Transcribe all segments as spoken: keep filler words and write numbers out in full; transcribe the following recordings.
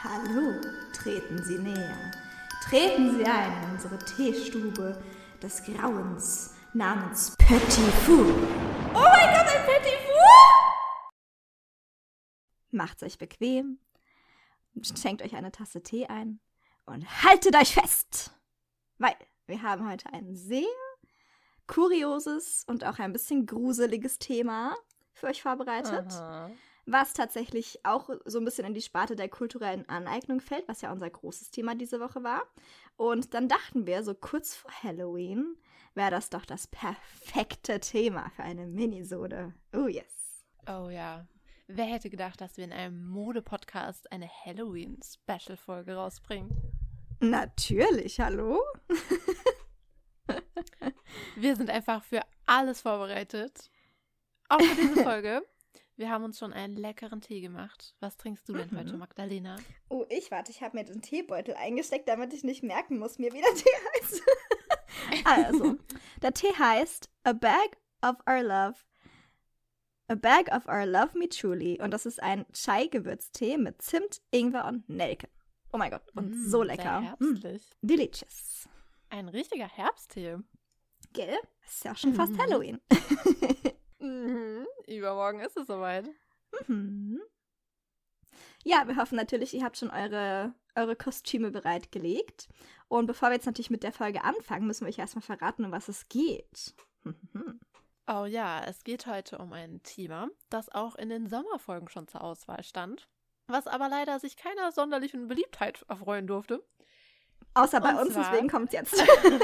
Hallo, treten Sie näher. Treten Sie ein in unsere Teestube des Grauens namens Petit Fou. Oh mein Gott, ein Petit Fou! Macht's euch bequem, schenkt euch eine Tasse Tee ein und haltet euch fest, weil wir haben heute ein sehr kurioses und auch ein bisschen gruseliges Thema für euch vorbereitet. Aha. Was tatsächlich auch so ein bisschen in die Sparte der kulturellen Aneignung fällt, was ja unser großes Thema diese Woche war. Und dann dachten wir, so kurz vor Halloween wäre das doch das perfekte Thema für eine Minisode. Oh yes. Oh ja. Wer hätte gedacht, dass wir in einem Mode-Podcast eine Halloween-Special-Folge rausbringen? Natürlich, hallo? Wir sind einfach für alles vorbereitet. Auch für diese Folge. Wir haben uns schon einen leckeren Tee gemacht. Was trinkst du denn mhm. heute, Magdalena? Oh, ich warte, ich habe mir den Teebeutel eingesteckt, damit ich nicht merken muss, mir wie der Tee heißt. Also, der Tee heißt A Bag of Our Love. A Bag of Our Love Me Truly. Und das ist ein Chai-Gewürztee mit Zimt, Ingwer und Nelke. Oh mein Ggott, und mm, so lecker. Sehr herbstlich. Mm, delicious. Ein richtiger Herbsttee. Gell? Ist ja auch schon fast mhm. Halloween. Mhm. Übermorgen ist es soweit. Mhm. Ja, wir hoffen natürlich, ihr habt schon eure, eure Kostüme bereitgelegt. Und bevor wir jetzt natürlich mit der Folge anfangen, müssen wir euch erstmal verraten, um was es geht. Oh ja, es geht heute um ein Thema, das auch in den Sommerfolgen schon zur Auswahl stand, was aber leider sich keiner sonderlichen Beliebtheit erfreuen durfte. Außer bei und uns, zwar, deswegen kommt es jetzt.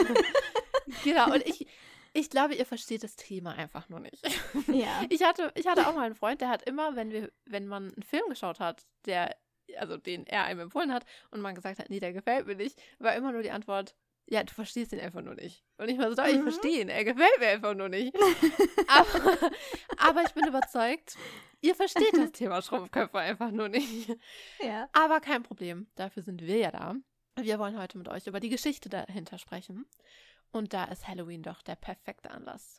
Genau, und ich... Ich glaube, ihr versteht das Thema einfach nur nicht. Ja. Ich hatte, ich hatte auch mal einen Freund, der hat immer, wenn wir, wenn man einen Film geschaut hat, der, also den er einem empfohlen hat und man gesagt hat, nee, der gefällt mir nicht, war immer nur die Antwort, ja, du verstehst ihn einfach nur nicht. Und ich war so, doch, ich mhm. verstehe ihn, er gefällt mir einfach nur nicht. aber, aber ich bin überzeugt, ihr versteht das Thema Schrumpfköpfe einfach nur nicht. Ja. Aber kein Problem, dafür sind wir ja da. Wir wollen heute mit euch über die Geschichte dahinter sprechen. Und da ist Halloween doch der perfekte Anlass.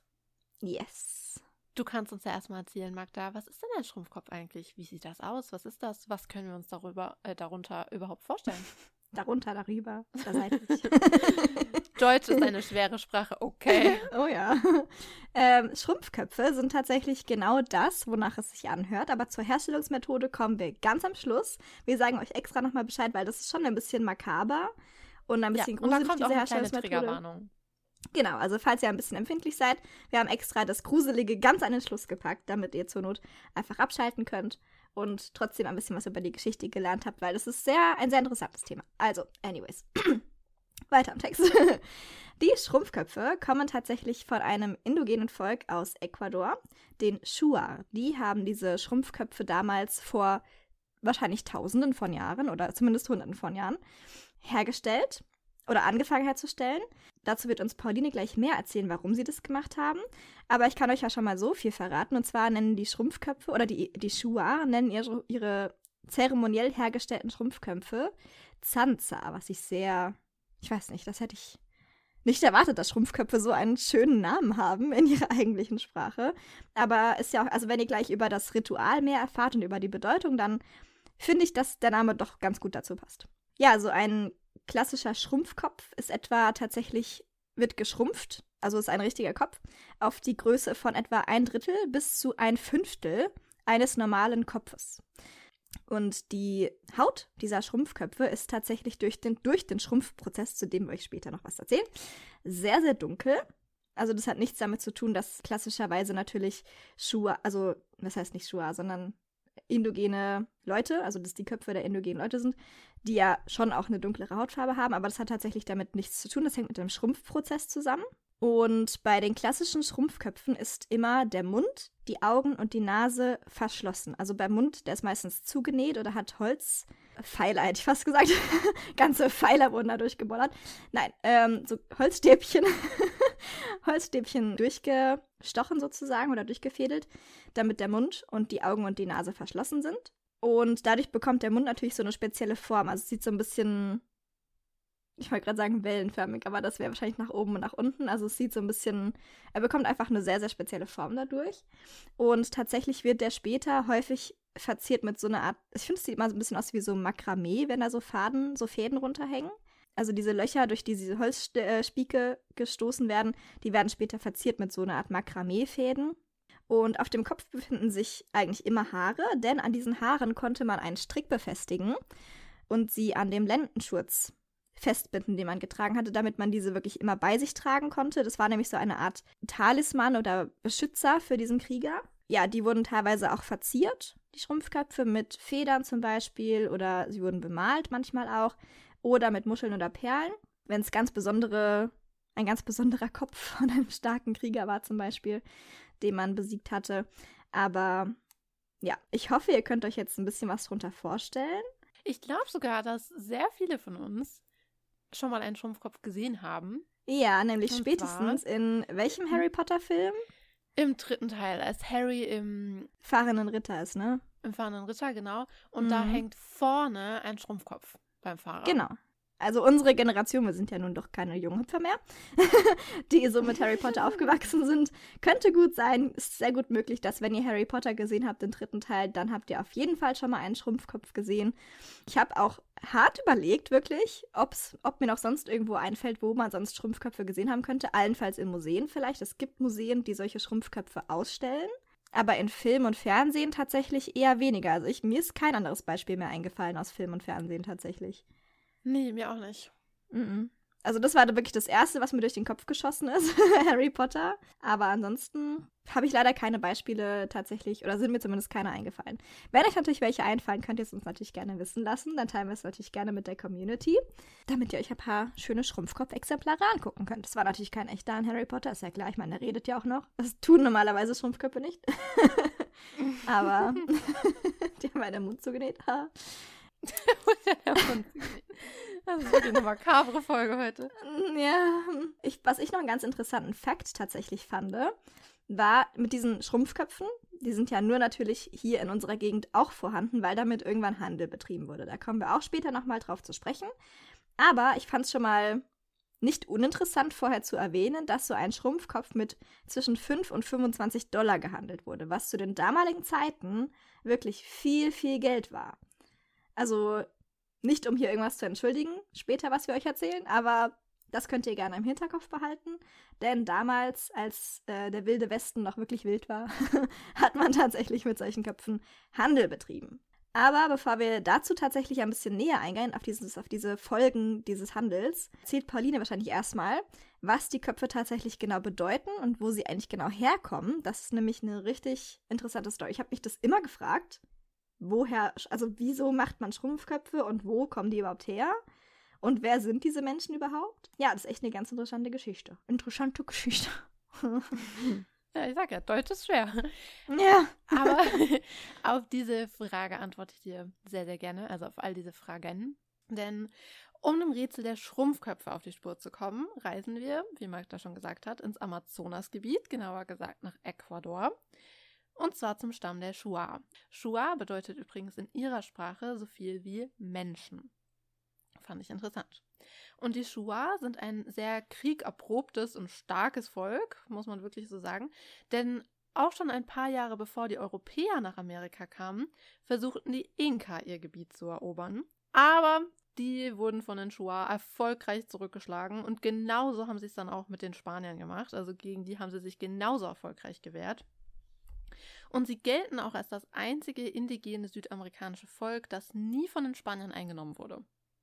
Yes. Du kannst uns ja erstmal erzählen, Magda, was ist denn ein Schrumpfkopf eigentlich? Wie sieht das aus? Was ist das? Was können wir uns darüber, äh, darunter überhaupt vorstellen? Darunter, darüber, da seid ich. Deutsch ist eine schwere Sprache, okay. Oh ja. Ähm, Schrumpfköpfe sind tatsächlich genau das, wonach es sich anhört. Aber zur Herstellungsmethode kommen wir ganz am Schluss. Wir sagen euch extra nochmal Bescheid, weil das ist schon ein bisschen makaber und ein bisschen ja, gruselig, und dann kommt diese auch eine Herstellungsmethode. Kleine Triggerwarnung. Genau, also falls ihr ein bisschen empfindlich seid, wir haben extra das Gruselige ganz an den Schluss gepackt, damit ihr zur Not einfach abschalten könnt und trotzdem ein bisschen was über die Geschichte gelernt habt, weil das ist sehr ein sehr interessantes Thema. Also, anyways, weiter im Text. Die Schrumpfköpfe kommen tatsächlich von einem indogenen Volk aus Ecuador, den Shuar. Die haben diese Schrumpfköpfe damals vor wahrscheinlich Tausenden von Jahren oder zumindest Hunderten von Jahren hergestellt. Oder angefangen herzustellen. Dazu wird uns Pauline gleich mehr erzählen, warum sie das gemacht haben. Aber ich kann euch ja schon mal so viel verraten. Und zwar nennen die Schrumpfköpfe, oder die, die Shuar, nennen ihre, ihre zeremoniell hergestellten Schrumpfköpfe Zanza, was ich sehr, ich weiß nicht, das hätte ich nicht erwartet, dass Schrumpfköpfe so einen schönen Namen haben in ihrer eigentlichen Sprache. Aber ist ja auch, also wenn ihr gleich über das Ritual mehr erfahrt und über die Bedeutung, dann finde ich, dass der Name doch ganz gut dazu passt. Ja, so ein klassischer Schrumpfkopf ist etwa tatsächlich, wird geschrumpft, also ist ein richtiger Kopf, auf die Größe von etwa ein Drittel bis zu ein Fünftel eines normalen Kopfes. Und die Haut dieser Schrumpfköpfe ist tatsächlich durch den, durch den Schrumpfprozess, zu dem wir euch später noch was erzählen, sehr, sehr dunkel. Also das hat nichts damit zu tun, dass klassischerweise natürlich Schuhe, also was heißt nicht Schuhe, sondern indogene Leute, also dass die Köpfe der indogenen Leute sind, die ja schon auch eine dunklere Hautfarbe haben, aber das hat tatsächlich damit nichts zu tun. Das hängt mit dem Schrumpfprozess zusammen. Und bei den klassischen Schrumpfköpfen ist immer der Mund, die Augen und die Nase verschlossen. Also beim Mund, der ist meistens zugenäht oder hat Holzpfeiler, hätte ich fast gesagt. Ganze Pfeiler wurden da durchgebollert. Nein, ähm, so Holzstäbchen, Holzstäbchen durchgestochen sozusagen oder durchgefädelt, damit der Mund und die Augen und die Nase verschlossen sind. Und dadurch bekommt der Mund natürlich so eine spezielle Form. Also es sieht so ein bisschen, ich wollte gerade sagen wellenförmig, aber das wäre wahrscheinlich nach oben und nach unten. Also es sieht so ein bisschen, er bekommt einfach eine sehr, sehr spezielle Form dadurch. Und tatsächlich wird der später häufig verziert mit so einer Art, ich finde, es sieht mal so ein bisschen aus wie so Makramee, wenn da so Faden, so Fäden runterhängen. Also diese Löcher, durch die diese Holzspieke gestoßen werden, die werden später verziert mit so einer Art Makramee-Fäden. Und auf dem Kopf befinden sich eigentlich immer Haare, denn an diesen Haaren konnte man einen Strick befestigen und sie an dem Lendenschurz festbinden, den man getragen hatte, damit man diese wirklich immer bei sich tragen konnte. Das war nämlich so eine Art Talisman oder Beschützer für diesen Krieger. Ja, die wurden teilweise auch verziert, die Schrumpfköpfe, mit Federn zum Beispiel, oder sie wurden bemalt manchmal auch, oder mit Muscheln oder Perlen. Wenn es ganz besondere, ein ganz besonderer Kopf von einem starken Krieger war zum Beispiel, den man besiegt hatte. Aber ja, ich hoffe, ihr könnt euch jetzt ein bisschen was drunter vorstellen. Ich glaube sogar, dass sehr viele von uns schon mal einen Schrumpfkopf gesehen haben. Ja, nämlich Und spätestens in welchem Harry Potter-Film? Im dritten Teil, als Harry im Fahrenden Ritter ist, ne? Im fahrenden Ritter, genau. Und Mhm. da hängt vorne ein Schrumpfkopf beim Fahrer. Genau. Also unsere Generation, wir sind ja nun doch keine Junghüpfer mehr, die so mit Harry Potter aufgewachsen sind. Könnte gut sein, ist sehr gut möglich, dass wenn ihr Harry Potter gesehen habt, den dritten Teil, dann habt ihr auf jeden Fall schon mal einen Schrumpfkopf gesehen. Ich habe auch hart überlegt, wirklich, ob's, ob mir noch sonst irgendwo einfällt, wo man sonst Schrumpfköpfe gesehen haben könnte. Allenfalls in Museen vielleicht. Es gibt Museen, die solche Schrumpfköpfe ausstellen. Aber in Film und Fernsehen tatsächlich eher weniger. Also ich, mir ist kein anderes Beispiel mehr eingefallen aus Film und Fernsehen tatsächlich. Nee, mir auch nicht. Mm-mm. Also das war wirklich das Erste, was mir durch den Kopf geschossen ist, Harry Potter. Aber ansonsten habe ich leider keine Beispiele tatsächlich, oder sind mir zumindest keine eingefallen. Wenn euch natürlich welche einfallen, könnt ihr es uns natürlich gerne wissen lassen. Dann teilen wir es natürlich gerne mit der Community, damit ihr euch ein paar schöne Schrumpfkopf-Exemplare angucken könnt. Das war natürlich kein echter an Harry Potter, ist ja klar. Ich meine, der redet ja auch noch. Das tun normalerweise Schrumpfköpfe nicht. Aber die haben einen Mund zugenäht. Das ist wirklich eine makabre Folge heute. Ja, ich, was ich noch einen ganz interessanten Fakt tatsächlich fand, war mit diesen Schrumpfköpfen, die sind ja nur natürlich hier in unserer Gegend auch vorhanden, weil damit irgendwann Handel betrieben wurde. Da kommen wir auch später nochmal drauf zu sprechen. Aber ich fand es schon mal nicht uninteressant vorher zu erwähnen, dass so ein Schrumpfkopf mit zwischen fünf und fünfundzwanzig Dollar gehandelt wurde, was zu den damaligen Zeiten wirklich viel, viel Geld war. Also nicht, um hier irgendwas zu entschuldigen, später, was wir euch erzählen, aber das könnt ihr gerne im Hinterkopf behalten, denn damals, als äh, der wilde Westen noch wirklich wild war, hat man tatsächlich mit solchen Köpfen Handel betrieben. Aber bevor wir dazu tatsächlich ein bisschen näher eingehen, auf, dieses, auf diese Folgen dieses Handels, erzählt Pauline wahrscheinlich erstmal, was die Köpfe tatsächlich genau bedeuten und wo sie eigentlich genau herkommen. Das ist nämlich eine richtig interessante Story. Ich habe mich das immer gefragt. Woher, also wieso macht man Schrumpfköpfe und wo kommen die überhaupt her? Und wer sind diese Menschen überhaupt? Ja, das ist echt eine ganz interessante Geschichte. Interessante Geschichte. Ja, ich sag ja, Deutsch ist schwer. Ja. Aber auf diese Frage antworte ich dir sehr, sehr gerne. Also auf all diese Fragen. Denn um dem Rätsel der Schrumpfköpfe auf die Spur zu kommen, reisen wir, wie Magda schon gesagt hat, ins Amazonasgebiet, genauer gesagt nach Ecuador. Und zwar zum Stamm der Shuar. Shuar bedeutet übrigens in ihrer Sprache so viel wie Menschen. Fand ich interessant. Und die Shuar sind ein sehr kriegerprobtes und starkes Volk, muss man wirklich so sagen. Denn auch schon ein paar Jahre bevor die Europäer nach Amerika kamen, versuchten die Inka ihr Gebiet zu erobern. Aber die wurden von den Shuar erfolgreich zurückgeschlagen. Und genauso haben sie es dann auch mit den Spaniern gemacht. Also gegen die haben sie sich genauso erfolgreich gewehrt. Und sie gelten auch als das einzige indigene südamerikanische Volk, das nie von den Spaniern eingenommen wurde.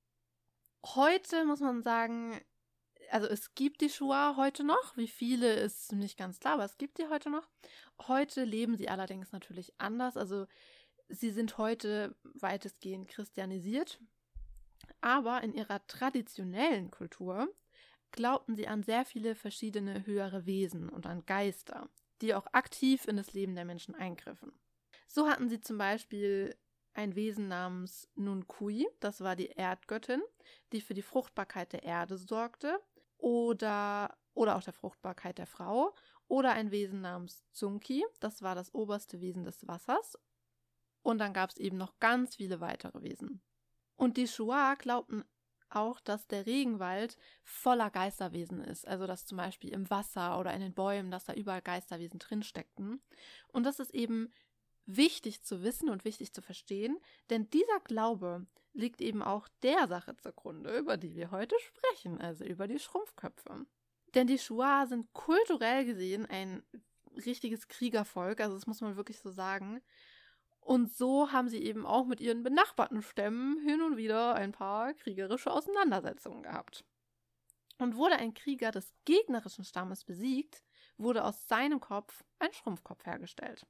Heute muss man sagen, also es gibt die Shuar heute noch. Wie viele ist nicht ganz klar, aber es gibt die heute noch. Heute leben sie allerdings natürlich anders. Also sie sind heute weitestgehend christianisiert. Aber in ihrer traditionellen Kultur glaubten sie an sehr viele verschiedene höhere Wesen und an Geister, die auch aktiv in das Leben der Menschen eingriffen. So hatten sie zum Beispiel ein Wesen namens Nunkui, das war die Erdgöttin, die für die Fruchtbarkeit der Erde sorgte, oder, oder auch der Fruchtbarkeit der Frau, oder ein Wesen namens Zunki, das war das oberste Wesen des Wassers, und dann gab es eben noch ganz viele weitere Wesen. Und die Shuar glaubten auch, dass der Regenwald voller Geisterwesen ist. Also, dass zum Beispiel im Wasser oder in den Bäumen, dass da überall Geisterwesen drin steckten. Und das ist eben wichtig zu wissen und wichtig zu verstehen, denn dieser Glaube liegt eben auch der Sache zugrunde, über die wir heute sprechen, also über die Schrumpfköpfe. Denn die Shuar sind kulturell gesehen ein richtiges Kriegervolk, also das muss man wirklich so sagen. Und so haben sie eben auch mit ihren benachbarten Stämmen hin und wieder ein paar kriegerische Auseinandersetzungen gehabt. Und wurde ein Krieger des gegnerischen Stammes besiegt, wurde aus seinem Kopf ein Schrumpfkopf hergestellt.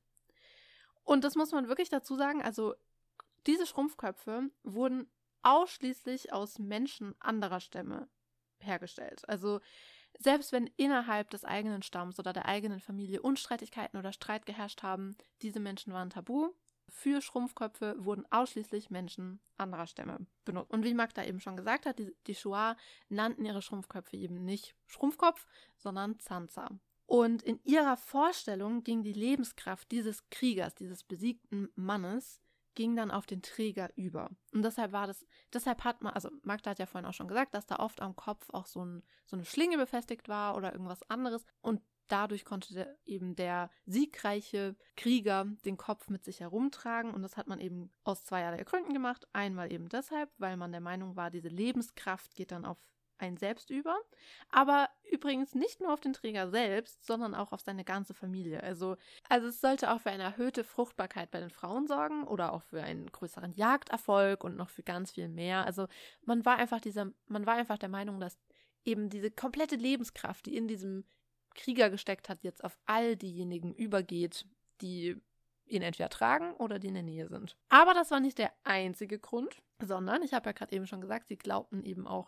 Und das muss man wirklich dazu sagen, also diese Schrumpfköpfe wurden ausschließlich aus Menschen anderer Stämme hergestellt. Also selbst wenn innerhalb des eigenen Stamms oder der eigenen Familie Unstreitigkeiten oder Streit geherrscht haben, diese Menschen waren tabu. Für Schrumpfköpfe wurden ausschließlich Menschen anderer Stämme benutzt. Und wie Magda eben schon gesagt hat, die, die Shuar nannten ihre Schrumpfköpfe eben nicht Schrumpfkopf, sondern Zanza. Und in ihrer Vorstellung ging die Lebenskraft dieses Kriegers, dieses besiegten Mannes, ging dann auf den Träger über. Und deshalb war das, deshalb hat man, also Magda hat ja vorhin auch schon gesagt, dass da oft am Kopf auch so, ein, so eine Schlinge befestigt war oder irgendwas anderes. Und dadurch konnte der, eben der siegreiche Krieger den Kopf mit sich herumtragen. Und das hat man eben aus zweierlei Gründen gemacht. Einmal eben deshalb, weil man der Meinung war, diese Lebenskraft geht dann auf einen selbst über, aber übrigens nicht nur auf den Träger selbst, sondern auch auf seine ganze Familie. Also, also es sollte auch für eine erhöhte Fruchtbarkeit bei den Frauen sorgen oder auch für einen größeren Jagderfolg und noch für ganz viel mehr. Also man war einfach dieser, man war einfach der Meinung, dass eben diese komplette Lebenskraft, die in diesem Krieger gesteckt hat, jetzt auf all diejenigen übergeht, die ihn entweder tragen oder die in der Nähe sind. Aber das war nicht der einzige Grund, sondern, ich habe ja gerade eben schon gesagt, sie glaubten eben auch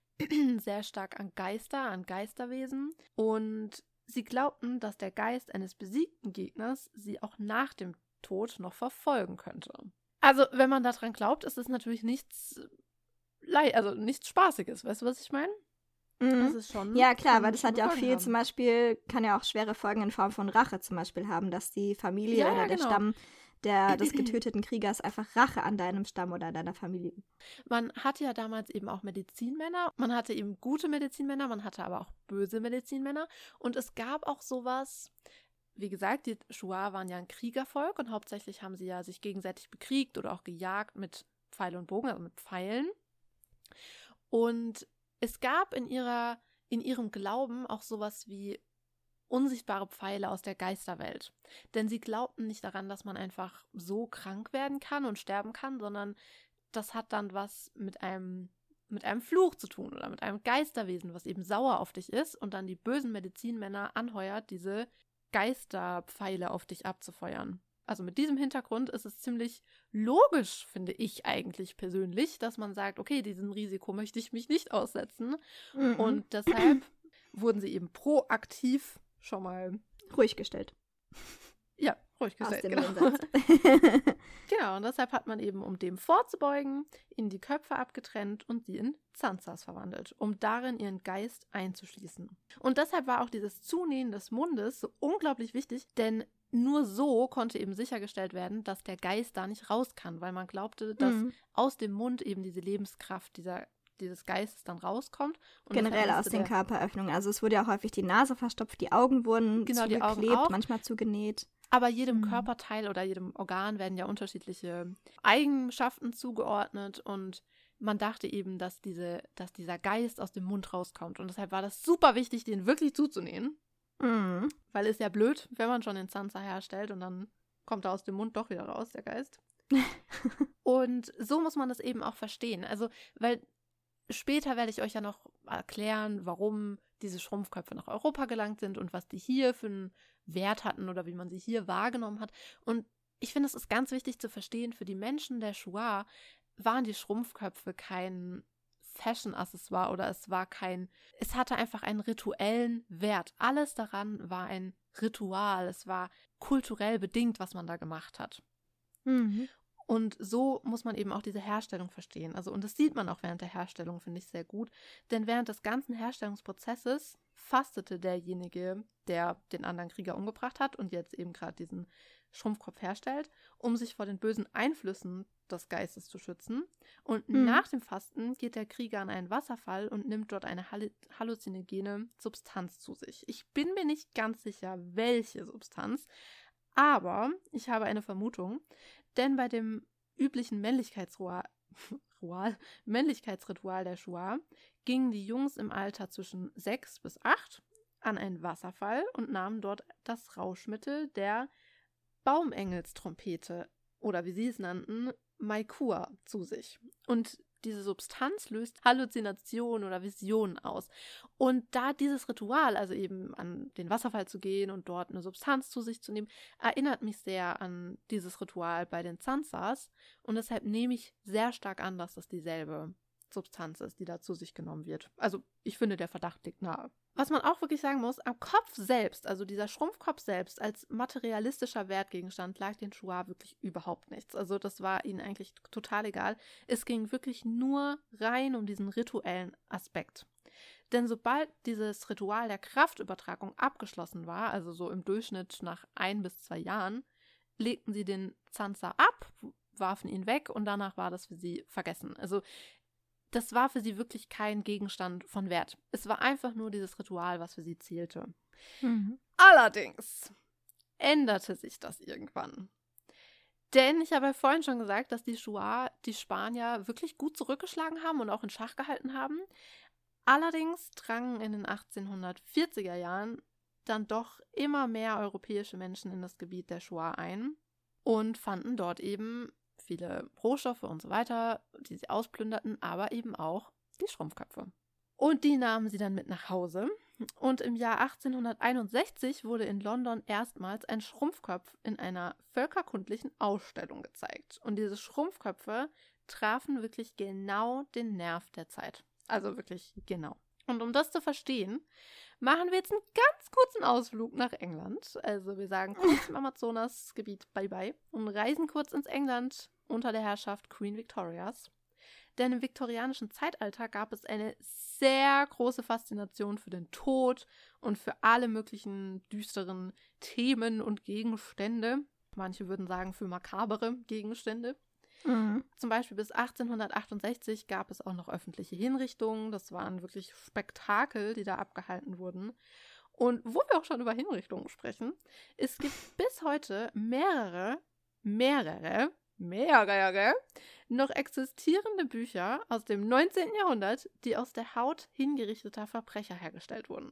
sehr stark an Geister, an Geisterwesen, und sie glaubten, dass der Geist eines besiegten Gegners sie auch nach dem Tod noch verfolgen könnte. Also, wenn man daran glaubt, ist es natürlich nichts, also nichts Spaßiges, weißt du, was ich meine? Mhm. Das ist schon, ja, klar, schon weil das hat ja auch Folgen viel, haben. zum Beispiel, kann ja auch schwere Folgen in Form von Rache zum Beispiel haben, dass die Familie Ja, oder ja, der genau. Stamm der, des getöteten Kriegers einfach Rache an deinem Stamm oder deiner Familie. Man hatte ja damals eben auch Medizinmänner. Man hatte eben gute Medizinmänner, man hatte aber auch böse Medizinmänner. Und es gab auch sowas, wie gesagt, die Shuar waren ja ein Kriegervolk und hauptsächlich haben sie ja sich gegenseitig bekriegt oder auch gejagt mit Pfeil und Bogen, also mit Pfeilen. Und es gab in ihrer, in ihrem Glauben auch sowas wie unsichtbare Pfeile aus der Geisterwelt. Denn sie glaubten nicht daran, dass man einfach so krank werden kann und sterben kann, sondern das hat dann was mit einem, mit einem Fluch zu tun oder mit einem Geisterwesen, was eben sauer auf dich ist und dann die bösen Medizinmänner anheuert, diese Geisterpfeile auf dich abzufeuern. Also mit diesem Hintergrund ist es ziemlich logisch, finde ich eigentlich persönlich, dass man sagt, okay, diesem Risiko möchte ich mich nicht aussetzen. Mhm. Und deshalb wurden sie eben proaktiv schon mal ruhig gestellt. Ja, ruhig Aus gestellt, dem genau. Jenseits. Genau, und deshalb hat man eben, um dem vorzubeugen, ihnen die Köpfe abgetrennt und sie in Zanzas verwandelt, um darin ihren Geist einzuschließen. Und deshalb war auch dieses Zunähen des Mundes so unglaublich wichtig, denn nur so konnte eben sichergestellt werden, dass der Geist da nicht raus kann, weil man glaubte, dass Mhm. aus dem Mund eben diese Lebenskraft dieser, dieses Geistes dann rauskommt. Und Generell deshalb aus musste den der- Körperöffnungen. Also es wurde ja häufig die Nase verstopft, die Augen wurden Genau, die Augen zugeklebt, auch. manchmal zugenäht. Aber jedem Mhm. Körperteil oder jedem Organ werden ja unterschiedliche Eigenschaften zugeordnet und man dachte eben, dass, diese, dass dieser Geist aus dem Mund rauskommt. Und deshalb war das super wichtig, den wirklich zuzunähen, Mhm. weil es ja blöd, wenn man schon den Zanza herstellt und dann kommt er aus dem Mund doch wieder raus, der Geist. Und so muss man das eben auch verstehen. Also, weil später werde ich euch ja noch erklären, warum diese Schrumpfköpfe nach Europa gelangt sind und was die hier für einen Wert hatten oder wie man sie hier wahrgenommen hat. Und ich finde, es ist ganz wichtig zu verstehen, für die Menschen der Shuar waren die Schrumpfköpfe kein Fashion-Accessoire oder es war kein, es hatte einfach einen rituellen Wert. Alles daran war ein Ritual, es war kulturell bedingt, was man da gemacht hat. Mhm. Und so muss man eben auch diese Herstellung verstehen. Also, und das sieht man auch während der Herstellung, finde ich sehr gut. Denn während des ganzen Herstellungsprozesses fastete derjenige, der den anderen Krieger umgebracht hat und jetzt eben gerade diesen Schrumpfkopf herstellt, um sich vor den bösen Einflüssen des Geistes zu schützen. Und Mhm. nach dem Fasten geht der Krieger an einen Wasserfall und nimmt dort eine hall- halluzinogene Substanz zu sich. Ich bin mir nicht ganz sicher, welche Substanz, Aber ich habe eine Vermutung, denn bei dem üblichen Männlichkeitsritual, Männlichkeitsritual der Shuar gingen die Jungs im Alter zwischen sechs bis acht an einen Wasserfall und nahmen dort das Rauschmittel der Baumengelstrumpete oder wie sie es nannten, Maikua zu sich. Und diese Substanz löst Halluzinationen oder Visionen aus. Und da dieses Ritual, also eben an den Wasserfall zu gehen und dort eine Substanz zu sich zu nehmen, erinnert mich sehr an dieses Ritual bei den Tsansas. Und deshalb nehme ich sehr stark an, dass das dieselbe Substanz ist, die da zu sich genommen wird. Also ich finde, der Verdacht liegt nahe. Was man auch wirklich sagen muss, am Kopf selbst, also dieser Schrumpfkopf selbst, als materialistischer Wertgegenstand lag den Shuar wirklich überhaupt nichts. Also das war ihnen eigentlich total egal. Es ging wirklich nur rein um diesen rituellen Aspekt. Denn sobald dieses Ritual der Kraftübertragung abgeschlossen war, also so im Durchschnitt nach ein bis zwei Jahren, legten sie den Tsansa ab, warfen ihn weg und danach war das für sie vergessen. Also das war für sie wirklich kein Gegenstand von Wert. Es war einfach nur dieses Ritual, was für sie zählte. Mhm. Allerdings änderte sich das irgendwann. Denn ich habe ja vorhin schon gesagt, dass die Shuar die Spanier wirklich gut zurückgeschlagen haben und auch in Schach gehalten haben. Allerdings drangen in den achtzehnhundertvierziger Jahren dann doch immer mehr europäische Menschen in das Gebiet der Shuar ein und fanden dort eben viele Rohstoffe und so weiter, die sie ausplünderten, aber eben auch die Schrumpfköpfe. Und die nahmen sie dann mit nach Hause. Und im Jahr achtzehnhunderteinundsechzig wurde in London erstmals ein Schrumpfkopf in einer völkerkundlichen Ausstellung gezeigt. Und diese Schrumpfköpfe trafen wirklich genau den Nerv der Zeit. Also wirklich genau. Und um das zu verstehen, machen wir jetzt einen ganz kurzen Ausflug nach England. Also wir sagen kurz im Amazonasgebiet Bye-bye und reisen kurz ins England unter der Herrschaft Queen Victorias. Denn im viktorianischen Zeitalter gab es eine sehr große Faszination für den Tod und für alle möglichen düsteren Themen und Gegenstände. Manche würden sagen für makabere Gegenstände. Mhm. Zum Beispiel bis achtzehnhundertachtundsechzig gab es auch noch öffentliche Hinrichtungen. Das waren wirklich Spektakel, die da abgehalten wurden. Und wo wir auch schon über Hinrichtungen sprechen, es gibt bis heute mehrere, mehrere, mehrere noch existierende Bücher aus dem neunzehnten Jahrhundert, die aus der Haut hingerichteter Verbrecher hergestellt wurden.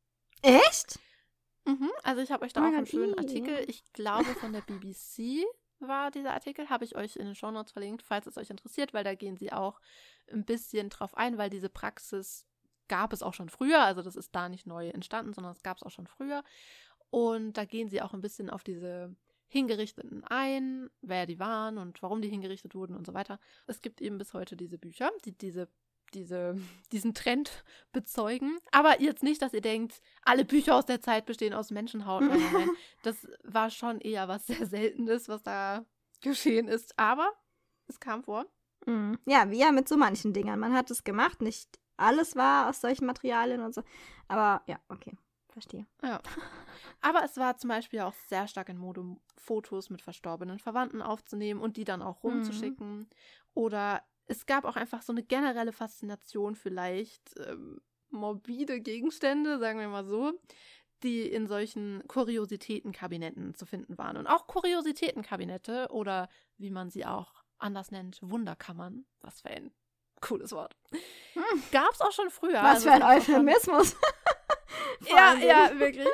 Echt? Mhm, also ich habe euch da oh auch einen schönen Artikel, ich glaube von der B B C war dieser Artikel, habe ich euch in den Shownotes verlinkt, falls es euch interessiert, weil da gehen sie auch ein bisschen drauf ein, weil diese Praxis gab es auch schon früher, also das ist da nicht neu entstanden, sondern es gab es auch schon früher und da gehen sie auch ein bisschen auf diese Hingerichteten ein, wer die waren und warum die hingerichtet wurden und so weiter. Es gibt eben bis heute diese Bücher, die diese, diese, diesen Trend bezeugen. Aber jetzt nicht, dass ihr denkt, alle Bücher aus der Zeit bestehen aus Menschenhaut. Nein, nein, nein. Das war schon eher was sehr Seltenes, was da geschehen ist. Aber es kam vor. Mhm. Ja, wie ja mit so manchen Dingern. Man hat es gemacht, nicht alles war aus solchen Materialien und so. Aber ja, okay. Verstehe. Ja. Aber es war zum Beispiel auch sehr stark in Mode, Fotos mit verstorbenen Verwandten aufzunehmen und die dann auch rumzuschicken. Mhm. Oder es gab auch einfach so eine generelle Faszination für leicht ähm, morbide Gegenstände, sagen wir mal so, die in solchen Kuriositätenkabinetten zu finden waren. Und auch Kuriositätenkabinette oder wie man sie auch anders nennt, Wunderkammern. Was für ein cooles Wort. Hm. Gab es auch schon früher. Was also für ein Euphemismus. Ja, ja, wirklich.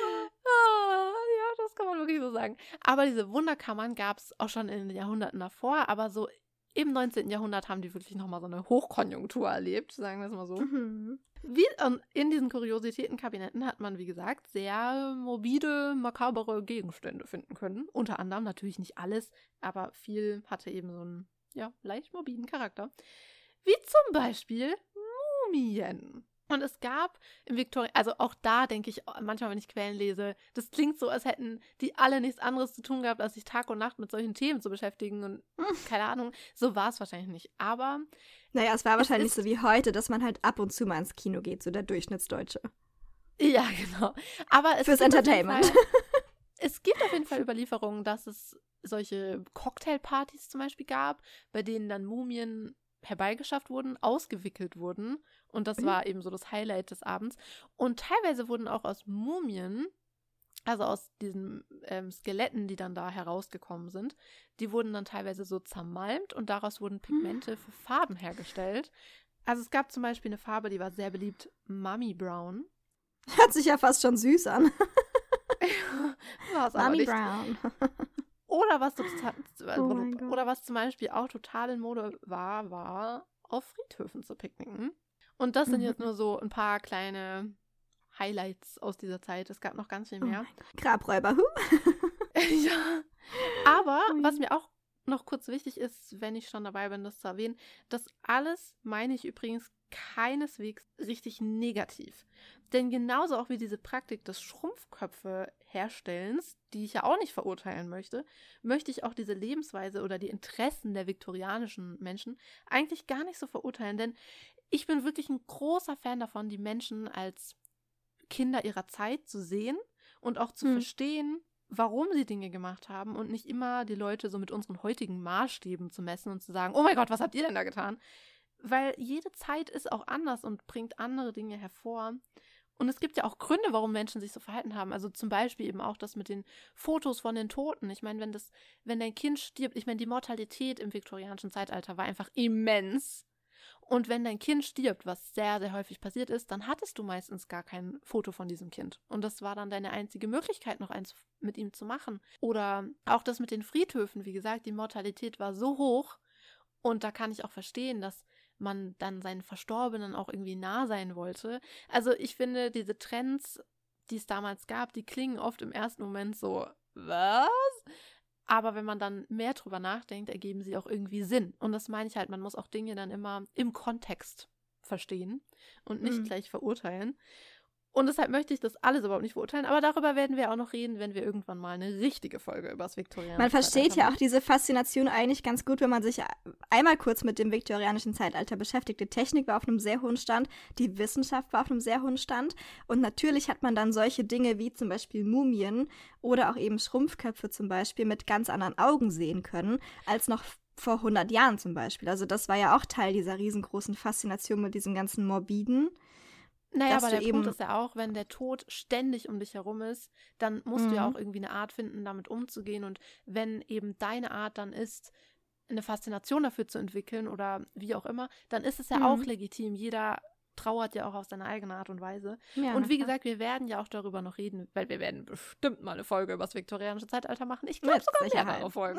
Oh, ja, das kann man wirklich so sagen. Aber diese Wunderkammern gab es auch schon in den Jahrhunderten davor, aber so im neunzehnten Jahrhundert haben die wirklich nochmal so eine Hochkonjunktur erlebt, sagen wir es mal so. Mhm. Wie, in diesen Kuriositätenkabinetten hat man, wie gesagt, sehr morbide, makabere Gegenstände finden können. Unter anderem natürlich nicht alles, aber viel hatte eben so einen, ja, leicht morbiden Charakter. Wie zum Beispiel Mumien. Und es gab im Victoria, also auch da denke ich manchmal, wenn ich Quellen lese, das klingt so, als hätten die alle nichts anderes zu tun gehabt, als sich Tag und Nacht mit solchen Themen zu beschäftigen und keine Ahnung, so war es wahrscheinlich nicht. Aber naja, es war wahrscheinlich es so wie heute, dass man halt ab und zu mal ins Kino geht, so der Durchschnittsdeutsche. Ja, genau. Aber es Fürs Entertainment. Fall, es gibt auf jeden Fall Überlieferungen, dass es solche Cocktailpartys zum Beispiel gab, bei denen dann Mumien herbeigeschafft wurden, ausgewickelt wurden. Und das mhm. war eben so das Highlight des Abends. Und teilweise wurden auch aus Mumien also aus diesen ähm, Skeletten, die dann da herausgekommen sind, die wurden dann teilweise so zermalmt und daraus wurden Pigmente für Farben hergestellt. Also es gab zum Beispiel eine Farbe, die war sehr beliebt, Mummy Brown. Hört sich ja fast schon süß an. War's aber Mummy nicht. Brown. Oder was, total, Oh mein Gott. oder was zum Beispiel auch total in Mode war, war auf Friedhöfen zu picknicken. Und das sind Mhm. jetzt nur so ein paar kleine Highlights aus dieser Zeit. Es gab noch ganz viel Oh mehr. mein Gott. Grabräuber, huh? Ja. Aber Ui. was mir auch noch kurz wichtig ist, wenn ich schon dabei bin, das zu erwähnen, das alles meine ich übrigens keineswegs richtig negativ. Denn genauso auch wie diese Praktik des Schrumpfköpfe-Herstellens, die ich ja auch nicht verurteilen möchte, möchte ich auch diese Lebensweise oder die Interessen der viktorianischen Menschen eigentlich gar nicht so verurteilen. Denn ich bin wirklich ein großer Fan davon, die Menschen als Kinder ihrer Zeit zu sehen und auch zu Hm. verstehen, warum sie Dinge gemacht haben und nicht immer die Leute so mit unseren heutigen Maßstäben zu messen und zu sagen, oh mein Gott, was habt ihr denn da getan? Weil jede Zeit ist auch anders und bringt andere Dinge hervor. Und es gibt ja auch Gründe, warum Menschen sich so verhalten haben. Also zum Beispiel eben auch das mit den Fotos von den Toten. Ich meine, wenn das, wenn dein Kind stirbt, ich meine, die Mortalität im viktorianischen Zeitalter war einfach immens. Und wenn dein Kind stirbt, was sehr, sehr häufig passiert ist, dann hattest du meistens gar kein Foto von diesem Kind. Und das war dann deine einzige Möglichkeit, noch eins mit ihm zu machen. Oder auch das mit den Friedhöfen, wie gesagt, die Mortalität war so hoch. Und da kann ich auch verstehen, dass man dann seinen Verstorbenen auch irgendwie nah sein wollte. Also ich finde, diese Trends, die es damals gab, die klingen oft im ersten Moment so, was? Aber wenn man dann mehr drüber nachdenkt, ergeben sie auch irgendwie Sinn. Und das meine ich halt, man muss auch Dinge dann immer im Kontext verstehen und nicht Mhm. gleich verurteilen. Und deshalb möchte ich das alles überhaupt nicht verurteilen, aber darüber werden wir auch noch reden, wenn wir irgendwann mal eine richtige Folge über das viktorianische Man versteht Zeitalter ja auch machen. diese Faszination eigentlich ganz gut, wenn man sich einmal kurz mit dem viktorianischen Zeitalter beschäftigt. Die Technik war auf einem sehr hohen Stand, die Wissenschaft war auf einem sehr hohen Stand und natürlich hat man dann solche Dinge wie zum Beispiel Mumien oder auch eben Schrumpfköpfe zum Beispiel mit ganz anderen Augen sehen können, als noch vor hundert Jahren zum Beispiel. Also das war ja auch Teil dieser riesengroßen Faszination mit diesem ganzen Morbiden. Naja, dass aber du der eben- Punkt ist ja auch, wenn der Tod ständig um dich herum ist, dann musst du ja Mhm. auch irgendwie eine Art finden, damit umzugehen. Und wenn eben deine Art dann ist, eine Faszination dafür zu entwickeln oder wie auch immer, dann ist es ja Mhm. auch legitim. Jeder trauert ja auch auf seine eigene Art und Weise. Ja, und na wie klar. gesagt, wir werden ja auch darüber noch reden, weil wir werden bestimmt mal eine Folge über das viktorianische Zeitalter machen. Ich glaube Mit sogar Sicherheit. mehrere Folgen.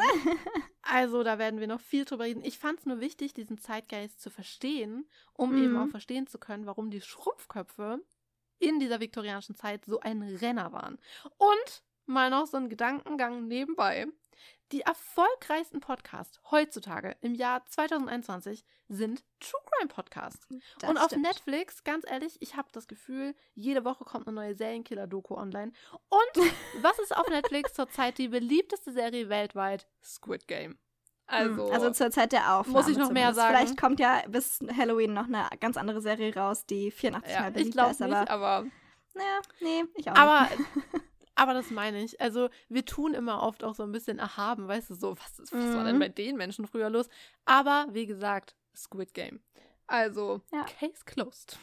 Also da werden wir noch viel drüber reden. Ich fand es nur wichtig, diesen Zeitgeist zu verstehen, um Mhm. eben auch verstehen zu können, warum die Schrumpfköpfe in dieser viktorianischen Zeit so ein Renner waren. Und mal noch so ein Gedankengang nebenbei. Die erfolgreichsten Podcasts heutzutage im Jahr zwanzig einundzwanzig sind True Crime Podcasts. Das Und auf stimmt. Netflix, ganz ehrlich, ich habe das Gefühl, jede Woche kommt eine neue Serienkiller-Doku online. Und was ist auf Netflix zurzeit die beliebteste Serie weltweit? Squid Game. Also, also zur Zeit der Aufnahme. muss ich noch mehr zumindest. sagen? Vielleicht kommt ja bis Halloween noch eine ganz andere Serie raus, die vierundachtzig ja, Mal ich beliebter glaube ist. nicht, Aber, aber naja, nee, ich auch Aber, nicht. aber das meine ich. Also, wir tun immer oft auch so ein bisschen erhaben, weißt du, so, was, ist, was war denn Mhm. bei den Menschen früher los? Aber, wie gesagt, Squid Game. Also, Ja. Case closed.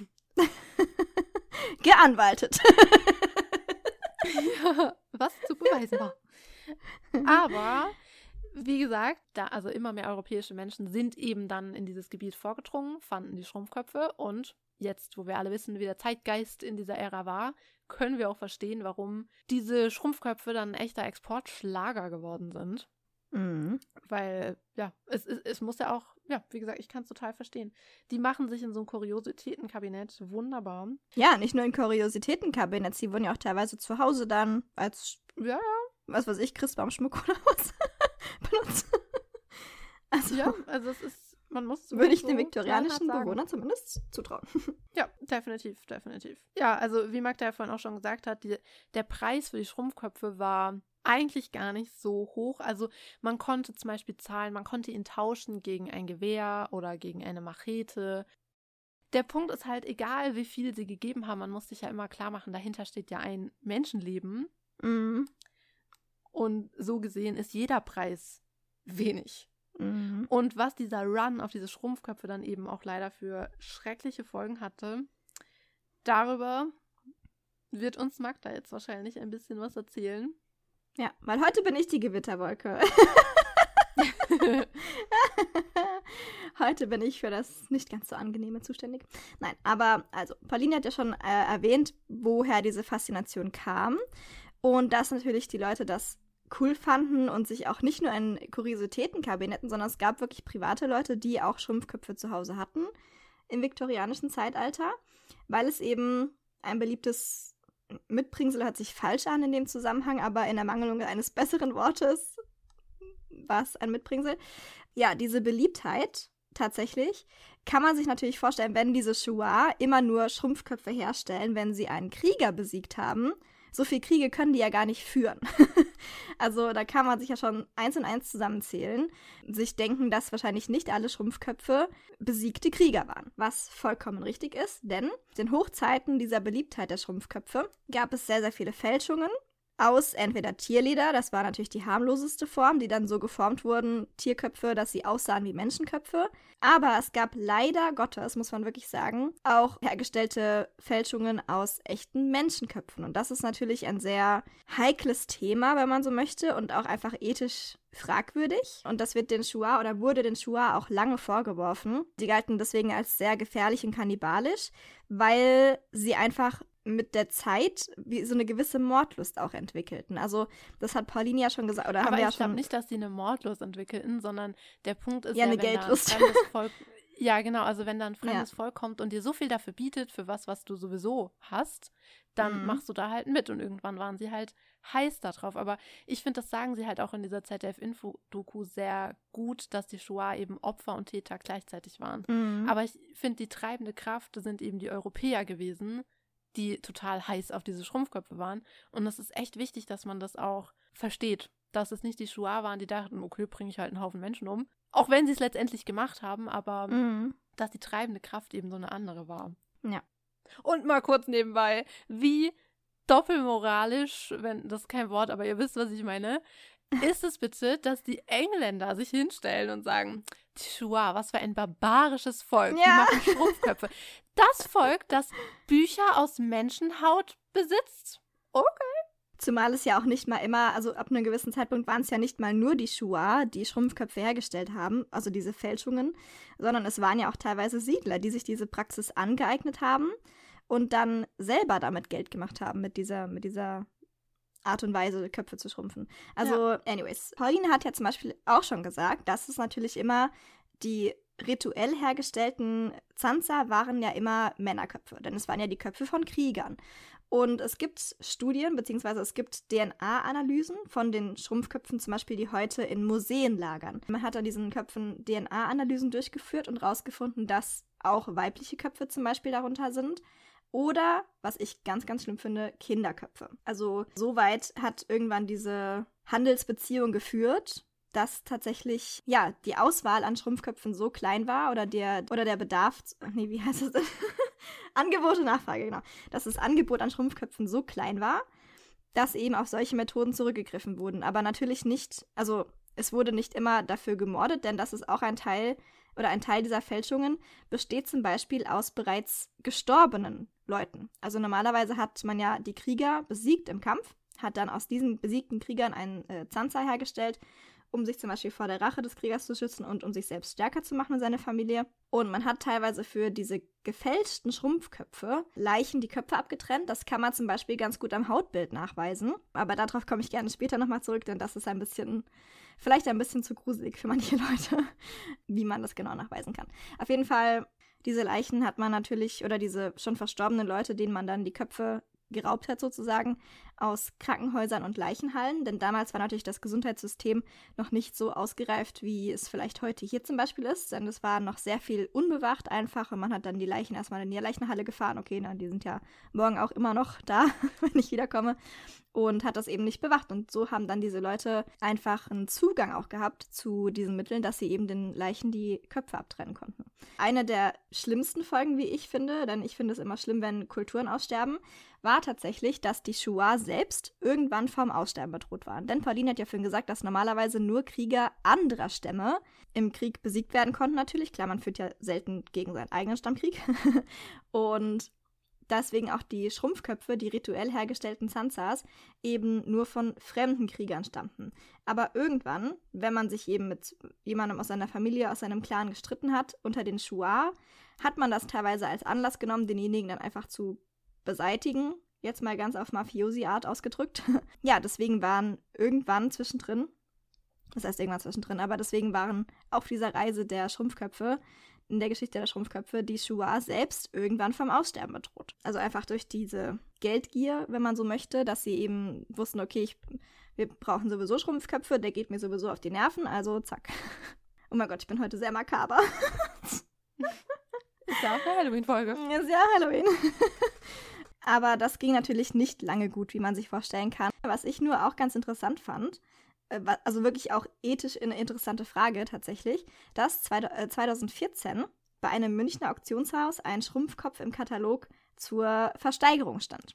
Geanwaltet. Ja, was zu beweisen war. Aber, wie gesagt, da also immer mehr europäische Menschen sind eben dann in dieses Gebiet vorgedrungen, fanden die Schrumpfköpfe und jetzt, wo wir alle wissen, wie der Zeitgeist in dieser Ära war, können wir auch verstehen, warum diese Schrumpfköpfe dann ein echter Exportschlager geworden sind. Mhm. Weil, ja, es, es, es muss ja auch, ja, wie gesagt, ich kann es total verstehen. Die machen sich in so ein Kuriositätenkabinett wunderbar. Ja, nicht nur in Kuriositätenkabinett, sie wurden ja auch teilweise zu Hause dann als, Ja, ja, was weiß ich, Christbaumschmuck oder was benutzt. Also ja, also es ist, man muss es würde ich so den viktorianischen knallhart sagen. Bewohnern zumindest zutrauen. Ja, definitiv, definitiv. Ja, also wie Magda ja vorhin auch schon gesagt hat, die, der Preis für die Schrumpfköpfe war eigentlich gar nicht so hoch. Also man konnte zum Beispiel zahlen, man konnte ihn tauschen gegen ein Gewehr oder gegen eine Machete. Der Punkt ist halt, egal wie viel sie gegeben haben, man muss sich ja immer klar machen, dahinter steht ja ein Menschenleben. Mhm. Und so gesehen ist jeder Preis wenig. Mhm. Und was dieser Run auf diese Schrumpfköpfe dann eben auch leider für schreckliche Folgen hatte, darüber wird uns Magda jetzt wahrscheinlich ein bisschen was erzählen. Ja, weil heute bin ich die Gewitterwolke. Heute bin ich für das nicht ganz so angenehme zuständig. Nein, aber also, Pauline hat ja schon äh, erwähnt, woher diese Faszination kam. Und dass natürlich die Leute das cool fanden und sich auch nicht nur in Kuriositätenkabinetten, sondern es gab wirklich private Leute, die auch Schrumpfköpfe zu Hause hatten im viktorianischen Zeitalter, weil es eben ein beliebtes Mitbringsel, hört sich falsch an in dem Zusammenhang, aber in Ermangelung eines besseren Wortes war es ein Mitbringsel. Ja, diese Beliebtheit tatsächlich kann man sich natürlich vorstellen, wenn diese Shuar immer nur Schrumpfköpfe herstellen, wenn sie einen Krieger besiegt haben. So viele Kriege können die ja gar nicht führen. Also da kann man sich ja schon eins und eins zusammenzählen, sich denken, dass wahrscheinlich nicht alle Schrumpfköpfe besiegte Krieger waren, was vollkommen richtig ist, denn in den Hochzeiten dieser Beliebtheit der Schrumpfköpfe gab es sehr, sehr viele Fälschungen aus entweder Tierleder, das war natürlich die harmloseste Form, die dann so geformt wurden, Tierköpfe, dass sie aussahen wie Menschenköpfe. Aber es gab leider Gottes, muss man wirklich sagen, auch hergestellte Fälschungen aus echten Menschenköpfen. Und das ist natürlich ein sehr heikles Thema, wenn man so möchte, und auch einfach ethisch fragwürdig. Und das wird den Shuar oder wurde den Shuar auch lange vorgeworfen. Sie galten deswegen als sehr gefährlich und kannibalisch, weil sie einfach mit der Zeit wie so eine gewisse Mordlust auch entwickelten. Also das hat Pauline ja schon gesagt. Oder aber haben wir ich ja glaube schon nicht, dass sie eine Mordlust entwickelten, sondern der Punkt ist ja, ja, eine wenn Geldlust. da ein fremdes Volk, ja genau, also wenn da ein fremdes Ja. Volk kommt und dir so viel dafür bietet, für was, was du sowieso hast, dann Mhm. machst du da halt mit und irgendwann waren sie halt heiß da drauf. Aber ich finde, das sagen sie halt auch in dieser Z D F-Info-Doku sehr gut, dass die Shuar eben Opfer und Täter gleichzeitig waren. Mhm. Aber ich finde, die treibende Kraft sind eben die Europäer gewesen, die total heiß auf diese Schrumpfköpfe waren. Und es ist echt wichtig, dass man das auch versteht, dass es nicht die Shuar waren, die dachten, okay, bringe ich halt einen Haufen Menschen um. Auch wenn sie es letztendlich gemacht haben, aber Mhm. dass die treibende Kraft eben so eine andere war. Ja. Und mal kurz nebenbei, wie doppelmoralisch, wenn das ist kein Wort, aber ihr wisst, was ich meine, ist es bitte, dass die Engländer sich hinstellen und sagen, die Shuar, was für ein barbarisches Volk, die Ja. machen Schrumpfköpfe. Das Volk, das Bücher aus Menschenhaut besitzt. Zumal es ja auch nicht mal immer, also ab einem gewissen Zeitpunkt waren es ja nicht mal nur die Shuar, die Schrumpfköpfe hergestellt haben, also diese Fälschungen, sondern es waren ja auch teilweise Siedler, die sich diese Praxis angeeignet haben und dann selber damit Geld gemacht haben, mit dieser, mit dieser Art und Weise, Köpfe zu schrumpfen. Also, anyways, Pauline hat ja zum Beispiel auch schon gesagt, dass es natürlich immer die rituell hergestellten Zanza waren ja immer Männerköpfe, denn es waren ja die Köpfe von Kriegern. Und es gibt Studien, beziehungsweise es gibt D N A-Analysen von den Schrumpfköpfen zum Beispiel, die heute in Museen lagern. Man hat an diesen Köpfen D N A-Analysen durchgeführt und rausgefunden, dass auch weibliche Köpfe zum Beispiel darunter sind. Oder, was ich ganz, ganz schlimm finde, Kinderköpfe. Also so weit hat irgendwann diese Handelsbeziehung geführt, dass tatsächlich, ja, die Auswahl an Schrumpfköpfen so klein war oder der, oder der Bedarf, nee, wie heißt das denn? Angebot und Nachfrage, genau. Dass das Angebot an Schrumpfköpfen so klein war, dass eben auf solche Methoden zurückgegriffen wurden. Aber natürlich nicht, also es wurde nicht immer dafür gemordet, denn das ist auch ein Teil, oder ein Teil dieser Fälschungen besteht zum Beispiel aus bereits gestorbenen Leuten. Also normalerweise hat man ja die Krieger besiegt im Kampf, hat dann aus diesen besiegten Kriegern einen äh, Zanza hergestellt, um sich zum Beispiel vor der Rache des Kriegers zu schützen und um sich selbst stärker zu machen und seine Familie. Und man hat teilweise für diese gefälschten Schrumpfköpfe Leichen die Köpfe abgetrennt. Das kann man zum Beispiel ganz gut am Hautbild nachweisen. Aber darauf komme ich gerne später nochmal zurück, denn das ist ein bisschen, vielleicht ein bisschen zu gruselig für manche Leute, wie man das genau nachweisen kann. Auf jeden Fall, diese Leichen hat man natürlich, oder diese schon verstorbenen Leute, denen man dann die Köpfe geraubt hat sozusagen, aus Krankenhäusern und Leichenhallen, denn damals war natürlich das Gesundheitssystem noch nicht so ausgereift, wie es vielleicht heute hier zum Beispiel ist, denn es war noch sehr viel unbewacht einfach und man hat dann die Leichen erstmal in die Leichenhalle gefahren, okay, na, die sind ja morgen auch immer noch da, wenn ich wiederkomme, und hat das eben nicht bewacht und so haben dann diese Leute einfach einen Zugang auch gehabt zu diesen Mitteln, dass sie eben den Leichen die Köpfe abtrennen konnten. Eine der schlimmsten Folgen, wie ich finde, denn ich finde es immer schlimm, wenn Kulturen aussterben, war tatsächlich, dass die Shuar selbst irgendwann vom Aussterben bedroht waren. Denn Pauline hat ja vorhin gesagt, dass normalerweise nur Krieger anderer Stämme im Krieg besiegt werden konnten natürlich. Klar, man führt ja selten gegen seinen eigenen Stammkrieg. Und deswegen auch die Schrumpfköpfe, die rituell hergestellten Sanzas, eben nur von fremden Kriegern stammten. Aber irgendwann, wenn man sich eben mit jemandem aus seiner Familie, aus seinem Clan gestritten hat, unter den Shuar, hat man das teilweise als Anlass genommen, denjenigen dann einfach zu beseitigen. Jetzt mal ganz auf Mafiosi-Art ausgedrückt. Ja, deswegen waren irgendwann zwischendrin, das heißt irgendwann zwischendrin, aber deswegen waren auf dieser Reise der Schrumpfköpfe, in der Geschichte der Schrumpfköpfe, die Shuar selbst irgendwann vom Aussterben bedroht. Also einfach durch diese Geldgier, wenn man so möchte, dass sie eben wussten, okay, ich, wir brauchen sowieso Schrumpfköpfe, der geht mir sowieso auf die Nerven, also zack. Oh mein Gott, ich bin heute sehr makaber. Ist ja auch eine Halloween-Folge. Ist ja Halloween. Aber das ging natürlich nicht lange gut, wie man sich vorstellen kann. Was ich nur auch ganz interessant fand, also wirklich auch ethisch eine interessante Frage tatsächlich, dass zweitausendvierzehn bei einem Münchner Auktionshaus ein Schrumpfkopf im Katalog zur Versteigerung stand.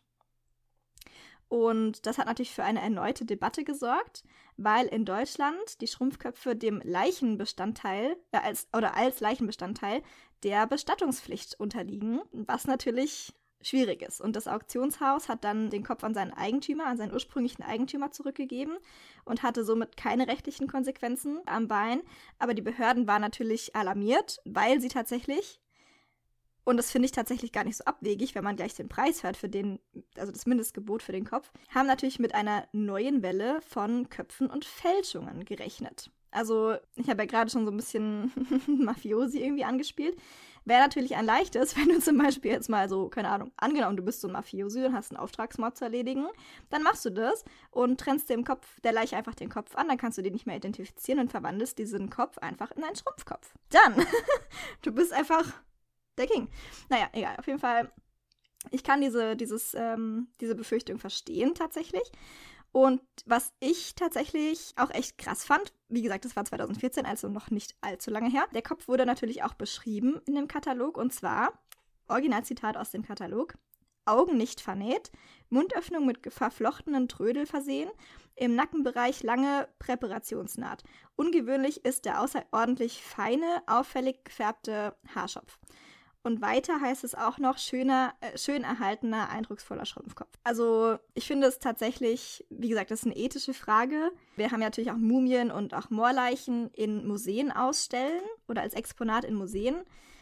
Und das hat natürlich für eine erneute Debatte gesorgt, weil in Deutschland die Schrumpfköpfe dem Leichenbestandteil, äh, als, oder als Leichenbestandteil der Bestattungspflicht unterliegen, was natürlich schwierig ist. Und das Auktionshaus hat dann den Kopf an seinen Eigentümer, an seinen ursprünglichen Eigentümer zurückgegeben und hatte somit keine rechtlichen Konsequenzen am Bein. Aber die Behörden waren natürlich alarmiert, weil sie tatsächlich, und das finde ich tatsächlich gar nicht so abwegig, wenn man gleich den Preis hört für den, also das Mindestgebot für den Kopf, haben natürlich mit einer neuen Welle von Köpfen und Fälschungen gerechnet. Also ich habe ja gerade schon so ein bisschen Mafiosi irgendwie angespielt. Wäre natürlich ein leichtes, wenn du zum Beispiel jetzt mal so, keine Ahnung, angenommen, du bist so ein Mafiosi und hast einen Auftragsmord zu erledigen, dann machst du das und trennst dem Kopf, der Leiche einfach den Kopf an, dann kannst du den nicht mehr identifizieren und verwandelst diesen Kopf einfach in einen Schrumpfkopf. Dann, du bist einfach der King. Naja, egal, auf jeden Fall, ich kann diese, dieses, ähm, diese Befürchtung verstehen tatsächlich. Und was ich tatsächlich auch echt krass fand, wie gesagt, das war zweitausendvierzehn, also noch nicht allzu lange her. Der Kopf wurde natürlich auch beschrieben in dem Katalog und zwar, Originalzitat aus dem Katalog, Augen nicht vernäht, Mundöffnung mit verflochtenen Trödel versehen, im Nackenbereich lange Präparationsnaht. Ungewöhnlich ist der außerordentlich feine, auffällig gefärbte Haarschopf. Und weiter heißt es auch noch schöner, äh, schön erhaltener, eindrucksvoller Schrumpfkopf. Also ich finde es tatsächlich, wie gesagt, das ist eine ethische Frage. Wir haben ja natürlich auch Mumien und auch Moorleichen in Museen ausstellen oder als Exponat in Museen.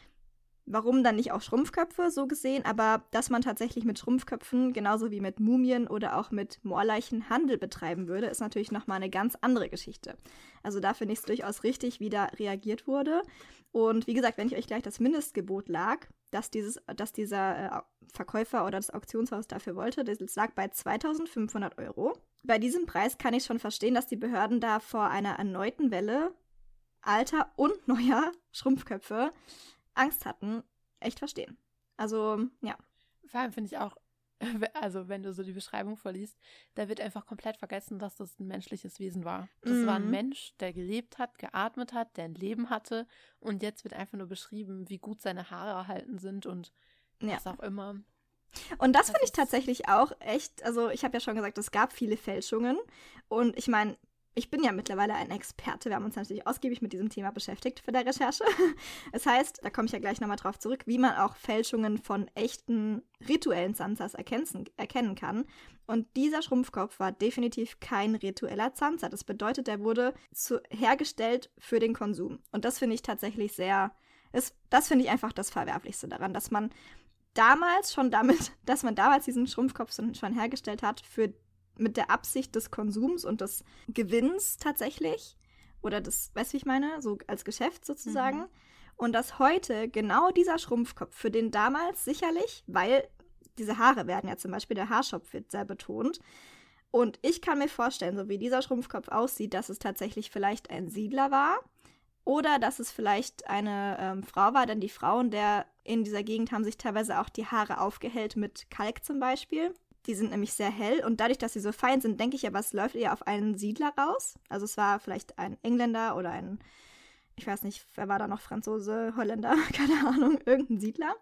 Warum dann nicht auch Schrumpfköpfe, so gesehen, aber dass man tatsächlich mit Schrumpfköpfen, genauso wie mit Mumien oder auch mit Moorleichen Handel betreiben würde, ist natürlich nochmal eine ganz andere Geschichte. Also da finde ich es durchaus richtig, wie da reagiert wurde. Und wie gesagt, wenn ich euch gleich das Mindestgebot lag, dass, dieses, dass dieser äh, Verkäufer oder das Auktionshaus dafür wollte, das lag bei zweitausendfünfhundert Euro. Bei diesem Preis kann ich schon verstehen, dass die Behörden da vor einer erneuten Welle alter und neuer Schrumpfköpfe Angst hatten, echt verstehen. Also, ja. Vor allem finde ich auch, also wenn du so die Beschreibung vorliest, da wird einfach komplett vergessen, dass das ein menschliches Wesen war. Das Mhm. war ein Mensch, der gelebt hat, geatmet hat, der ein Leben hatte und jetzt wird einfach nur beschrieben, wie gut seine Haare erhalten sind und Ja. was auch immer. Und das Das finde ich ist- tatsächlich auch echt, also ich habe ja schon gesagt, es gab viele Fälschungen und ich meine, ich bin ja mittlerweile ein Experte. Wir haben uns natürlich ausgiebig mit diesem Thema beschäftigt für der Recherche. Das heißt, da komme ich ja gleich nochmal drauf zurück, wie man auch Fälschungen von echten rituellen Sanzas erkennen, erkennen kann. Und dieser Schrumpfkopf war definitiv kein ritueller Sansa. Das bedeutet, der wurde zu, hergestellt für den Konsum. Und das finde ich tatsächlich sehr, ist, das finde ich einfach das Verwerflichste daran, dass man damals schon damit, dass man damals diesen Schrumpfkopf schon hergestellt hat für mit der Absicht des Konsums und des Gewinns tatsächlich. Oder des, weißt du, wie ich meine? So als Geschäft sozusagen. Mhm. Und dass heute genau dieser Schrumpfkopf, für den damals sicherlich, weil diese Haare werden ja zum Beispiel, der Haarschopf wird sehr betont. Und ich kann mir vorstellen, so wie dieser Schrumpfkopf aussieht, dass es tatsächlich vielleicht ein Siedler war. Oder dass es vielleicht eine ähm, Frau war, denn die Frauen der in dieser Gegend haben sich teilweise auch die Haare aufgehellt mit Kalk zum Beispiel. Die sind nämlich sehr hell und dadurch, dass sie so fein sind, denke ich aber, es läuft eher auf einen Siedler raus. Also es war vielleicht ein Engländer oder ein, ich weiß nicht, wer war da noch, Franzose, Holländer, keine Ahnung, irgendein Siedler.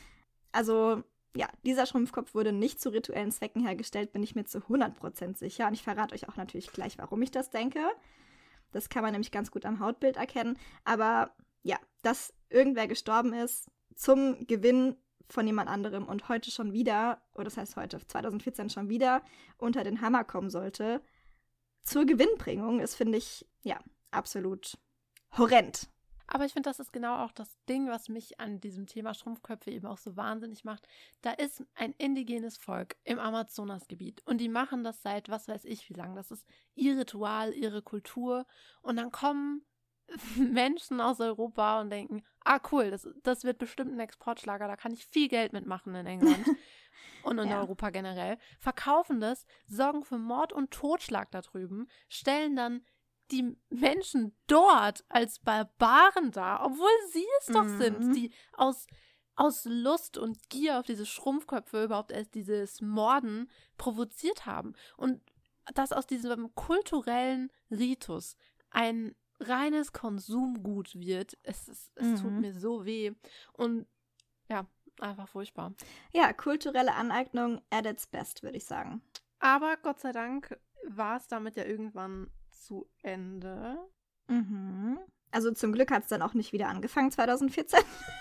Also ja, dieser Schrumpfkopf wurde nicht zu rituellen Zwecken hergestellt, bin ich mir zu hundert Prozent sicher. Und ich verrate euch auch natürlich gleich, warum ich das denke. Das kann man nämlich ganz gut am Hautbild erkennen. Aber ja, dass irgendwer gestorben ist zum Gewinn von jemand anderem und heute schon wieder, oder das heißt heute, zwanzig vierzehn schon wieder, unter den Hammer kommen sollte, zur Gewinnbringung, ist, finde ich, ja, absolut horrend. Aber ich finde, das ist genau auch das Ding, was mich an diesem Thema Schrumpfköpfe eben auch so wahnsinnig macht. Da ist ein indigenes Volk im Amazonasgebiet und die machen das seit was weiß ich wie lange. Das ist ihr Ritual, ihre Kultur. Und dann kommen Menschen aus Europa und denken, ah cool, das, das wird bestimmt ein Exportschlager, da kann ich viel Geld mitmachen in England und in Ja. Europa generell. Verkaufen das, sorgen für Mord und Totschlag da drüben, stellen dann die Menschen dort als Barbaren dar, obwohl sie es doch Mhm. sind, die aus, aus Lust und Gier auf diese Schrumpfköpfe überhaupt erst dieses Morden provoziert haben. Und dass aus diesem kulturellen Ritus ein reines Konsumgut wird, es, es, es tut Mhm. mir so weh. Und ja, einfach furchtbar. Ja, kulturelle Aneignung at its best, würde ich sagen. Aber Gott sei Dank war es damit ja irgendwann zu Ende. Mhm. Also zum Glück hat es dann auch nicht wieder angefangen, zwanzig vierzehn.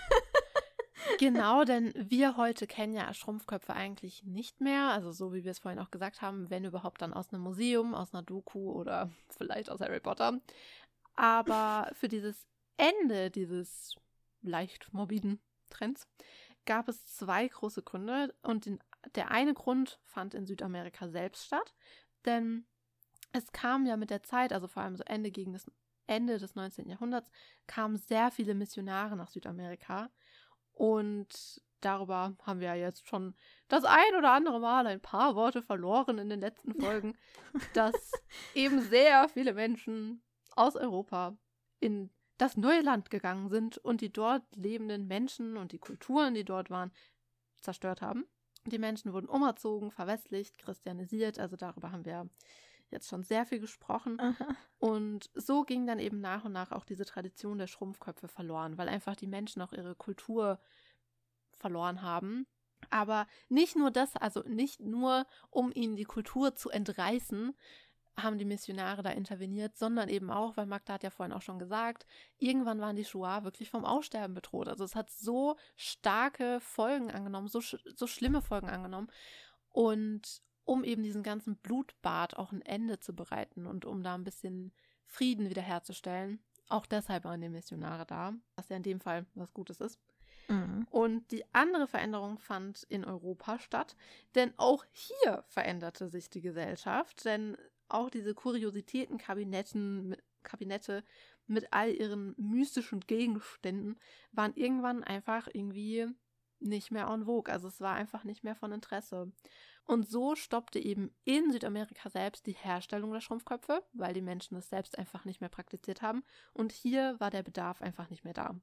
Genau, denn wir heute kennen ja Schrumpfköpfe eigentlich nicht mehr. Also so wie wir es vorhin auch gesagt haben, wenn überhaupt dann aus einem Museum, aus einer Doku oder vielleicht aus Harry Potter. Aber für dieses Ende dieses leicht morbiden Trends gab es zwei große Gründe. Und den, der eine Grund fand in Südamerika selbst statt. Denn es kam ja mit der Zeit, also vor allem so Ende gegen das Ende des neunzehnten Jahrhunderts, kamen sehr viele Missionare nach Südamerika. Und darüber haben wir ja jetzt schon das ein oder andere Mal ein paar Worte verloren in den letzten Folgen, dass eben sehr viele Menschen aus Europa in das neue Land gegangen sind und die dort lebenden Menschen und die Kulturen, die dort waren, zerstört haben. Die Menschen wurden umerzogen, verwestlicht, christianisiert, also darüber haben wir jetzt schon sehr viel gesprochen. Aha. Und so ging dann eben nach und nach auch diese Tradition der Schrumpfköpfe verloren, weil einfach die Menschen auch ihre Kultur verloren haben. Aber nicht nur das, also nicht nur, um ihnen die Kultur zu entreißen, haben die Missionare da interveniert, sondern eben auch, weil Magda hat ja vorhin auch schon gesagt, irgendwann waren die Shuar wirklich vom Aussterben bedroht. Also es hat so starke Folgen angenommen, so, sch- so schlimme Folgen angenommen. Und um eben diesen ganzen Blutbad auch ein Ende zu bereiten und um da ein bisschen Frieden wiederherzustellen, auch deshalb waren die Missionare da, was ja in dem Fall was Gutes ist. Mhm. Und die andere Veränderung fand in Europa statt, denn auch hier veränderte sich die Gesellschaft, denn auch diese Kuriositäten-Kabinetten, mit- Kabinette mit all ihren mystischen Gegenständen waren irgendwann einfach irgendwie nicht mehr en vogue. Also es war einfach nicht mehr von Interesse. Und so stoppte eben in Südamerika selbst die Herstellung der Schrumpfköpfe, weil die Menschen es selbst einfach nicht mehr praktiziert haben. Und hier war der Bedarf einfach nicht mehr da.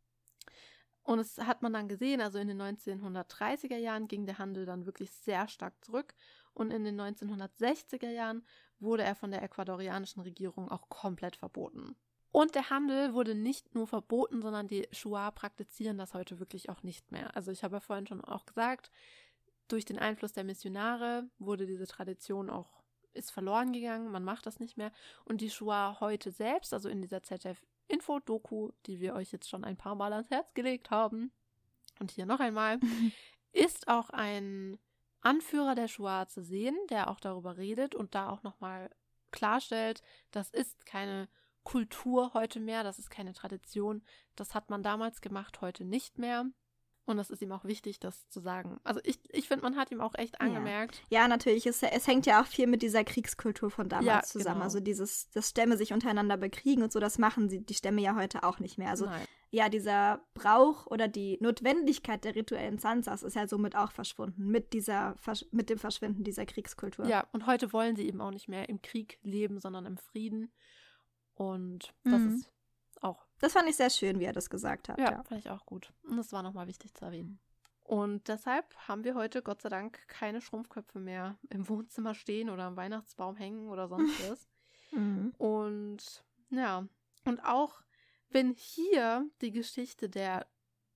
Und das hat man dann gesehen, also in den neunzehnhundertdreißiger Jahren ging der Handel dann wirklich sehr stark zurück und in den neunzehnhundertsechziger Jahren wurde er von der ecuadorianischen Regierung auch komplett verboten. Und der Handel wurde nicht nur verboten, sondern die Shuar praktizieren das heute wirklich auch nicht mehr. Also ich habe ja vorhin schon auch gesagt, durch den Einfluss der Missionare wurde diese Tradition auch, ist verloren gegangen, man macht das nicht mehr. Und die Shuar heute selbst, also in dieser Z D F-Info-Doku, die wir euch jetzt schon ein paar Mal ans Herz gelegt haben, und hier noch einmal, ist auch ein Anführer der Shuar zu sehen, der auch darüber redet und da auch nochmal klarstellt, das ist keine Kultur heute mehr, das ist keine Tradition, das hat man damals gemacht, heute nicht mehr. Und es ist ihm auch wichtig, das zu sagen. Also ich, ich finde, man hat ihm auch echt angemerkt. Ja, natürlich. Es, es hängt ja auch viel mit dieser Kriegskultur von damals Ja, zusammen. genau. Also dieses, dass Stämme sich untereinander bekriegen und so, das machen sie, die Stämme ja heute auch nicht mehr. Also Nein. ja, dieser Brauch oder die Notwendigkeit der rituellen Sansas ist ja somit auch verschwunden, mit dieser, mit dem Verschwinden dieser Kriegskultur. Ja, und heute wollen sie eben auch nicht mehr im Krieg leben, sondern im Frieden. Und das Mhm. ist auch. Das fand ich sehr schön, wie er das gesagt hat. Ja, Ja. fand ich auch gut. Und das war nochmal wichtig zu erwähnen. Und deshalb haben wir heute Gott sei Dank keine Schrumpfköpfe mehr im Wohnzimmer stehen oder am Weihnachtsbaum hängen oder sonst was. Mhm. Und ja, und auch wenn hier die Geschichte der,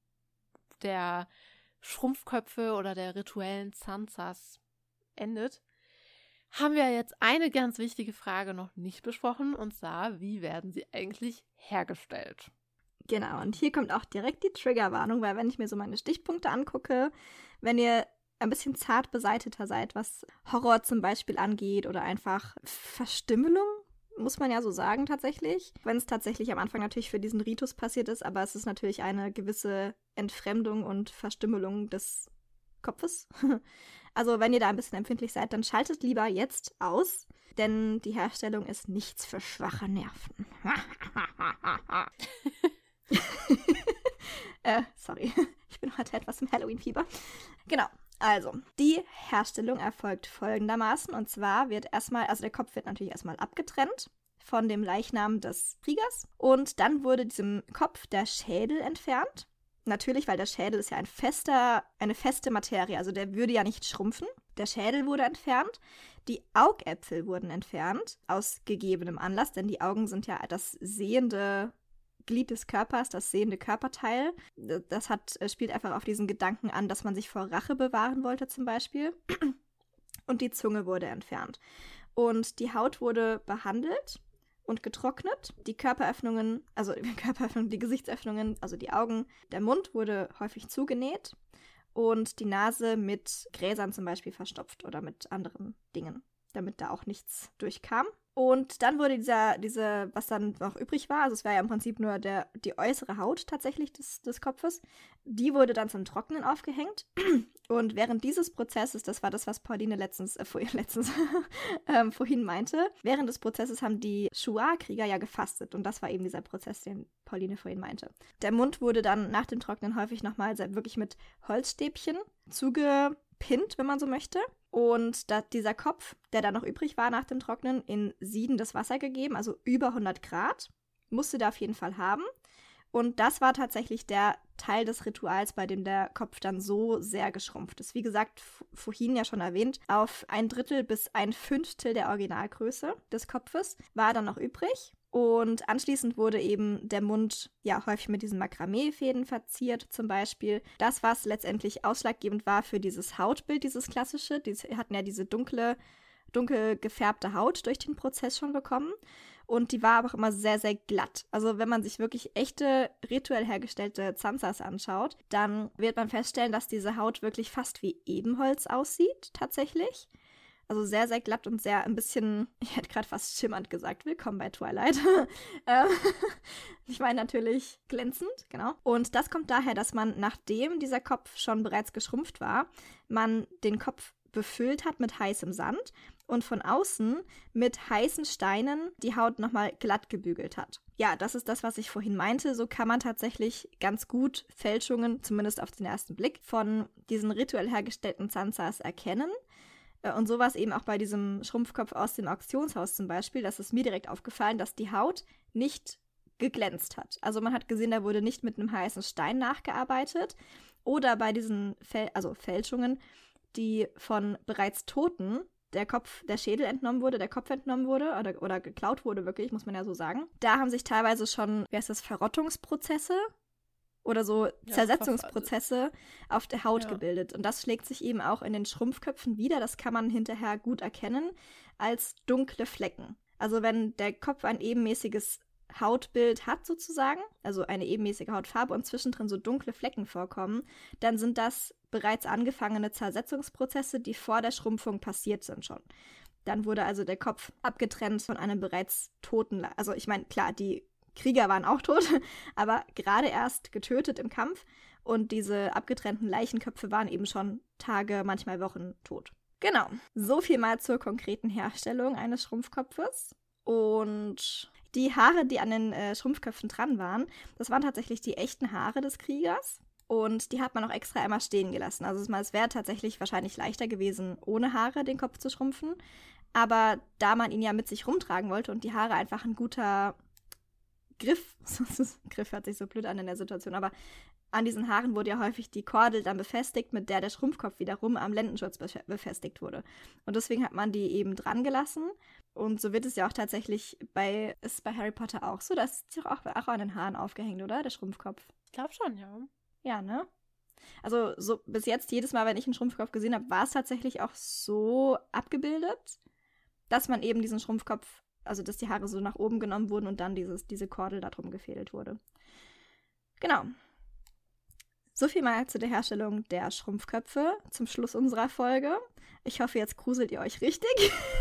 der Schrumpfköpfe oder der rituellen Sansas endet, haben wir jetzt eine ganz wichtige Frage noch nicht besprochen, und zwar, wie werden sie eigentlich hergestellt? Genau, und hier kommt auch direkt die Triggerwarnung, weil wenn ich mir so meine Stichpunkte angucke, wenn ihr ein bisschen zart beseiteter seid, was Horror zum Beispiel angeht oder einfach Verstümmelung, muss man ja so sagen tatsächlich. Wenn es tatsächlich am Anfang natürlich für diesen Ritus passiert ist, aber es ist natürlich eine gewisse Entfremdung und Verstümmelung des Kopfes. Also wenn ihr da ein bisschen empfindlich seid, dann schaltet lieber jetzt aus, denn die Herstellung ist nichts für schwache Nerven. äh, sorry, ich bin heute etwas im Halloween-Fieber. Genau. Also, die Herstellung erfolgt folgendermaßen. Und zwar wird erstmal, also der Kopf wird natürlich erstmal abgetrennt von dem Leichnam des Kriegers. Und dann wurde diesem Kopf der Schädel entfernt. Natürlich, weil der Schädel ist ja ein fester, eine feste Materie, also der würde ja nicht schrumpfen. Der Schädel wurde entfernt. Die Augäpfel wurden entfernt, aus gegebenem Anlass, denn die Augen sind ja das sehende Glied des Körpers, das sehende Körperteil. Das hat, spielt einfach auf diesen Gedanken an, dass man sich vor Rache bewahren wollte zum Beispiel. Und die Zunge wurde entfernt. Und die Haut wurde behandelt und getrocknet. Die Körperöffnungen, also die Körperöffnungen, die Gesichtsöffnungen, also die Augen, der Mund wurde häufig zugenäht und die Nase mit Gräsern zum Beispiel verstopft oder mit anderen Dingen, damit da auch nichts durchkam. Und dann wurde dieser, diese, was dann noch übrig war, also es war ja im Prinzip nur der, die äußere Haut tatsächlich des, des Kopfes, die wurde dann zum Trocknen aufgehängt. Und während dieses Prozesses, das war das, was Pauline letztens, äh, vorhin, letztens ähm, vorhin meinte, während des Prozesses haben die Shuar-Krieger ja gefastet. Und das war eben dieser Prozess, den Pauline vorhin meinte. Der Mund wurde dann nach dem Trocknen häufig nochmal wirklich mit Holzstäbchen zugepinnt, wenn man so möchte. Und da, dieser Kopf, der dann noch übrig war nach dem Trocknen, in siedendes Wasser gegeben, also über hundert Grad, musste der auf jeden Fall haben. Und das war tatsächlich der Teil des Rituals, bei dem der Kopf dann so sehr geschrumpft ist. Wie gesagt, vorhin ja schon erwähnt, auf ein Drittel bis ein Fünftel der Originalgröße des Kopfes war dann noch übrig. Und anschließend wurde eben der Mund ja häufig mit diesen Makramee-Fäden verziert zum Beispiel. Das, was letztendlich ausschlaggebend war für dieses Hautbild, dieses klassische. Die hatten ja diese dunkle, dunkel gefärbte Haut durch den Prozess schon bekommen. Und die war aber auch immer sehr, sehr glatt. Also wenn man sich wirklich echte, rituell hergestellte Zanzas anschaut, dann wird man feststellen, dass diese Haut wirklich fast wie Ebenholz aussieht, tatsächlich. Also sehr, sehr glatt und sehr ein bisschen, ich hätte gerade fast schimmernd gesagt, willkommen bei Twilight. Ich meine natürlich glänzend, genau. Und das kommt daher, dass man, nachdem dieser Kopf schon bereits geschrumpft war, man den Kopf befüllt hat mit heißem Sand und von außen mit heißen Steinen die Haut nochmal glatt gebügelt hat. Ja, das ist das, was ich vorhin meinte. So kann man tatsächlich ganz gut Fälschungen, zumindest auf den ersten Blick, von diesen rituell hergestellten Zanzas erkennen. Und so war es eben auch bei diesem Schrumpfkopf aus dem Auktionshaus zum Beispiel. Das ist mir direkt aufgefallen, dass die Haut nicht geglänzt hat. Also man hat gesehen, da wurde nicht mit einem heißen Stein nachgearbeitet. Oder bei diesen Fäl- also Fälschungen, die von bereits Toten der Kopf, der Schädel entnommen wurde, der Kopf entnommen wurde oder, oder geklaut wurde, wirklich, muss man ja so sagen. Da haben sich teilweise schon, wie heißt das, Verrottungsprozesse oder so ja, Zersetzungsprozesse auf der Haut ja. gebildet. Und das schlägt sich eben auch in den Schrumpfköpfen wieder. Das kann man hinterher gut erkennen als dunkle Flecken. Also wenn der Kopf ein ebenmäßiges Hautbild hat sozusagen, also eine ebenmäßige Hautfarbe und zwischendrin so dunkle Flecken vorkommen, dann sind das bereits angefangene Zersetzungsprozesse, die vor der Schrumpfung passiert sind schon. Dann wurde also der Kopf abgetrennt von einem bereits toten, Le- also ich meine, klar, die Krieger waren auch tot, aber gerade erst getötet im Kampf und diese abgetrennten Leichenköpfe waren eben schon Tage, manchmal Wochen tot. Genau, so viel mal zur konkreten Herstellung eines Schrumpfkopfes. Und die Haare, die an den äh, Schrumpfköpfen dran waren, das waren tatsächlich die echten Haare des Kriegers. Und die hat man auch extra einmal stehen gelassen. Also es wäre tatsächlich wahrscheinlich leichter gewesen, ohne Haare den Kopf zu schrumpfen. Aber da man ihn ja mit sich rumtragen wollte und die Haare einfach ein guter Griff, Griff hört sich so blöd an in der Situation, aber an diesen Haaren wurde ja häufig die Kordel dann befestigt, mit der der Schrumpfkopf wiederum am Lendenschutz be- befestigt wurde. Und deswegen hat man die eben dran gelassen. Und so wird es ja auch tatsächlich bei, ist bei Harry Potter auch so, das ist auch, auch an den Haaren aufgehängt, oder? Der Schrumpfkopf. Ich glaube schon, ja. Ja, ne? Also so bis jetzt, jedes Mal, wenn ich einen Schrumpfkopf gesehen habe, war es tatsächlich auch so abgebildet, dass man eben diesen Schrumpfkopf, also dass die Haare so nach oben genommen wurden und dann dieses, diese Kordel da drum gefädelt wurde. Genau. So viel mal zu der Herstellung der Schrumpfköpfe zum Schluss unserer Folge. Ich hoffe, jetzt gruselt ihr euch richtig.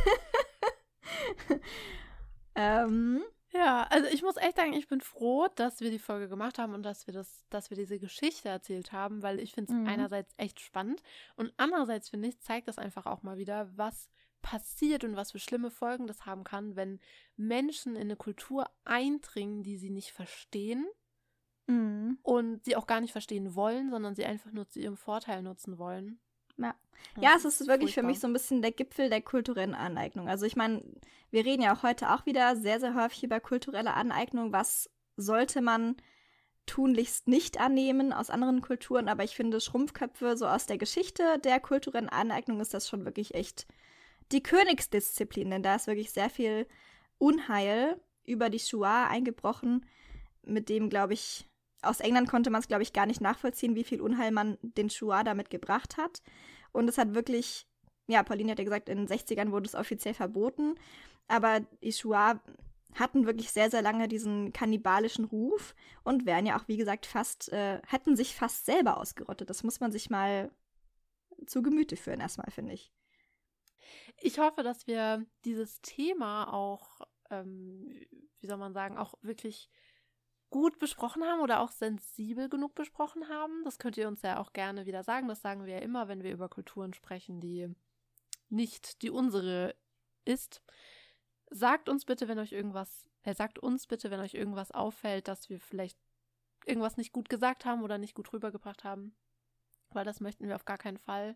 ähm, Ja, also ich muss echt sagen, ich bin froh, dass wir die Folge gemacht haben und dass wir das, dass wir diese Geschichte erzählt haben, weil ich finde es Mhm. einerseits echt spannend und andererseits finde ich, zeigt das einfach auch mal wieder, was passiert und was für schlimme Folgen das haben kann, wenn Menschen in eine Kultur eindringen, die sie nicht verstehen mhm. und sie auch gar nicht verstehen wollen, sondern sie einfach nur zu ihrem Vorteil nutzen wollen. Ja. Das Ja, es ist wirklich für furchtbar. mich so ein bisschen der Gipfel der kulturellen Aneignung. Also ich meine, wir reden ja auch heute auch wieder sehr, sehr häufig über kulturelle Aneignung. Was sollte man tunlichst nicht annehmen aus anderen Kulturen? Aber ich finde, Schrumpfköpfe, so aus der Geschichte der kulturellen Aneignung, ist das schon wirklich echt die Königsdisziplin. Denn da ist wirklich sehr viel Unheil über die Shoah eingebrochen, mit dem, glaube ich, aus England konnte man es, glaube ich, gar nicht nachvollziehen, wie viel Unheil man den Shoah damit gebracht hat. Und es hat wirklich, ja, Pauline hat ja gesagt, in den sechzigern wurde es offiziell verboten. Aber die Shoah hatten wirklich sehr, sehr lange diesen kannibalischen Ruf und wären ja auch, wie gesagt, fast, äh, hätten sich fast selber ausgerottet. Das muss man sich mal zu Gemüte führen, erstmal, finde ich. Ich hoffe, dass wir dieses Thema auch, ähm, wie soll man sagen, auch wirklich gut besprochen haben oder auch sensibel genug besprochen haben. Das könnt ihr uns ja auch gerne wieder sagen. Das sagen wir ja immer, wenn wir über Kulturen sprechen, die nicht die unsere ist. Sagt uns bitte, wenn euch irgendwas, äh, sagt uns bitte, wenn euch irgendwas auffällt, dass wir vielleicht irgendwas nicht gut gesagt haben oder nicht gut rübergebracht haben. Weil das möchten wir auf gar keinen Fall.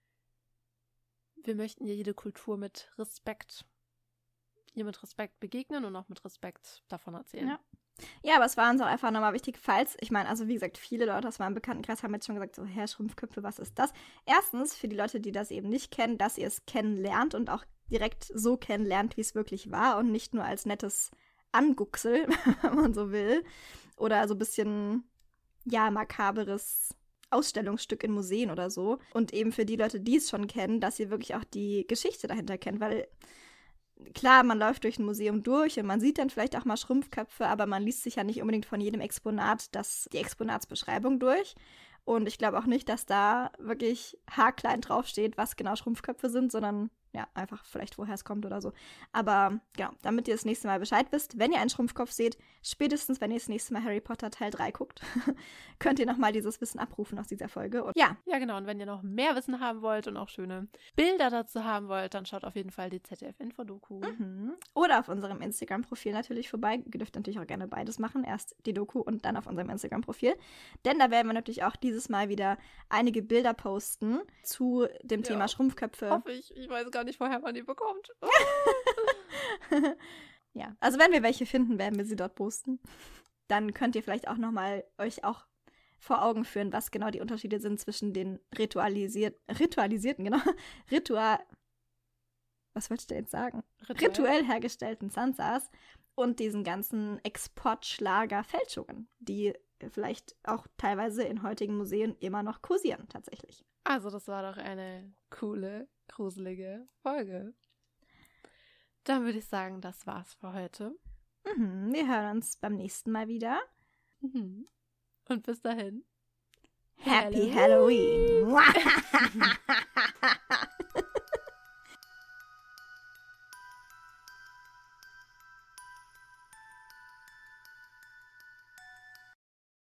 Wir möchten ja jede Kultur mit Respekt, ihr mit Respekt begegnen und auch mit Respekt davon erzählen. Ja. Ja, aber es war uns auch einfach nochmal wichtig, falls, ich meine, also wie gesagt, viele Leute aus meinem Bekanntenkreis haben jetzt schon gesagt, so, Herr Schrumpfköpfe, was ist das? Erstens, für die Leute, die das eben nicht kennen, dass ihr es kennenlernt und auch direkt so kennenlernt, wie es wirklich war und nicht nur als nettes Angucksel, wenn man so will, oder so ein bisschen, ja, makaberes Ausstellungsstück in Museen oder so. Und eben für die Leute, die es schon kennen, dass ihr wirklich auch die Geschichte dahinter kennt, weil klar, man läuft durch ein Museum durch und man sieht dann vielleicht auch mal Schrumpfköpfe, aber man liest sich ja nicht unbedingt von jedem Exponat das, die Exponatsbeschreibung durch. Und ich glaube auch nicht, dass da wirklich haarklein draufsteht, was genau Schrumpfköpfe sind, sondern ja, einfach vielleicht woher es kommt oder so. Aber genau, damit ihr das nächste Mal Bescheid wisst, wenn ihr einen Schrumpfkopf seht, spätestens wenn ihr das nächste Mal Harry Potter Teil drei guckt, könnt ihr nochmal dieses Wissen abrufen aus dieser Folge. Und ja. Ja, genau. Und wenn ihr noch mehr Wissen haben wollt und auch schöne Bilder dazu haben wollt, dann schaut auf jeden Fall die Z D F-Info-Doku. Mhm. Oder auf unserem Instagram-Profil natürlich vorbei. Ihr dürft natürlich auch gerne beides machen. Erst die Doku und dann auf unserem Instagram-Profil. Denn da werden wir natürlich auch dieses Mal wieder einige Bilder posten zu dem Ja, Thema Schrumpfköpfe. Hoffe ich. Ich weiß gar nicht, woher man die bekommt. Ja, also wenn wir welche finden, werden wir sie dort posten. Dann könnt ihr vielleicht auch nochmal euch auch vor Augen führen, was genau die Unterschiede sind zwischen den ritualisiert, ritualisierten, genau, ritual, was wollte ich denn jetzt sagen? Rituell. Rituell hergestellten Sansas und diesen ganzen Exportschlager-Fälschungen, die vielleicht auch teilweise in heutigen Museen immer noch kursieren, tatsächlich. Also das war doch eine coole, gruselige Folge. Dann würde ich sagen, das war's für heute. Mhm, wir hören uns beim nächsten Mal wieder. Mhm. Und bis dahin. Happy Halloween!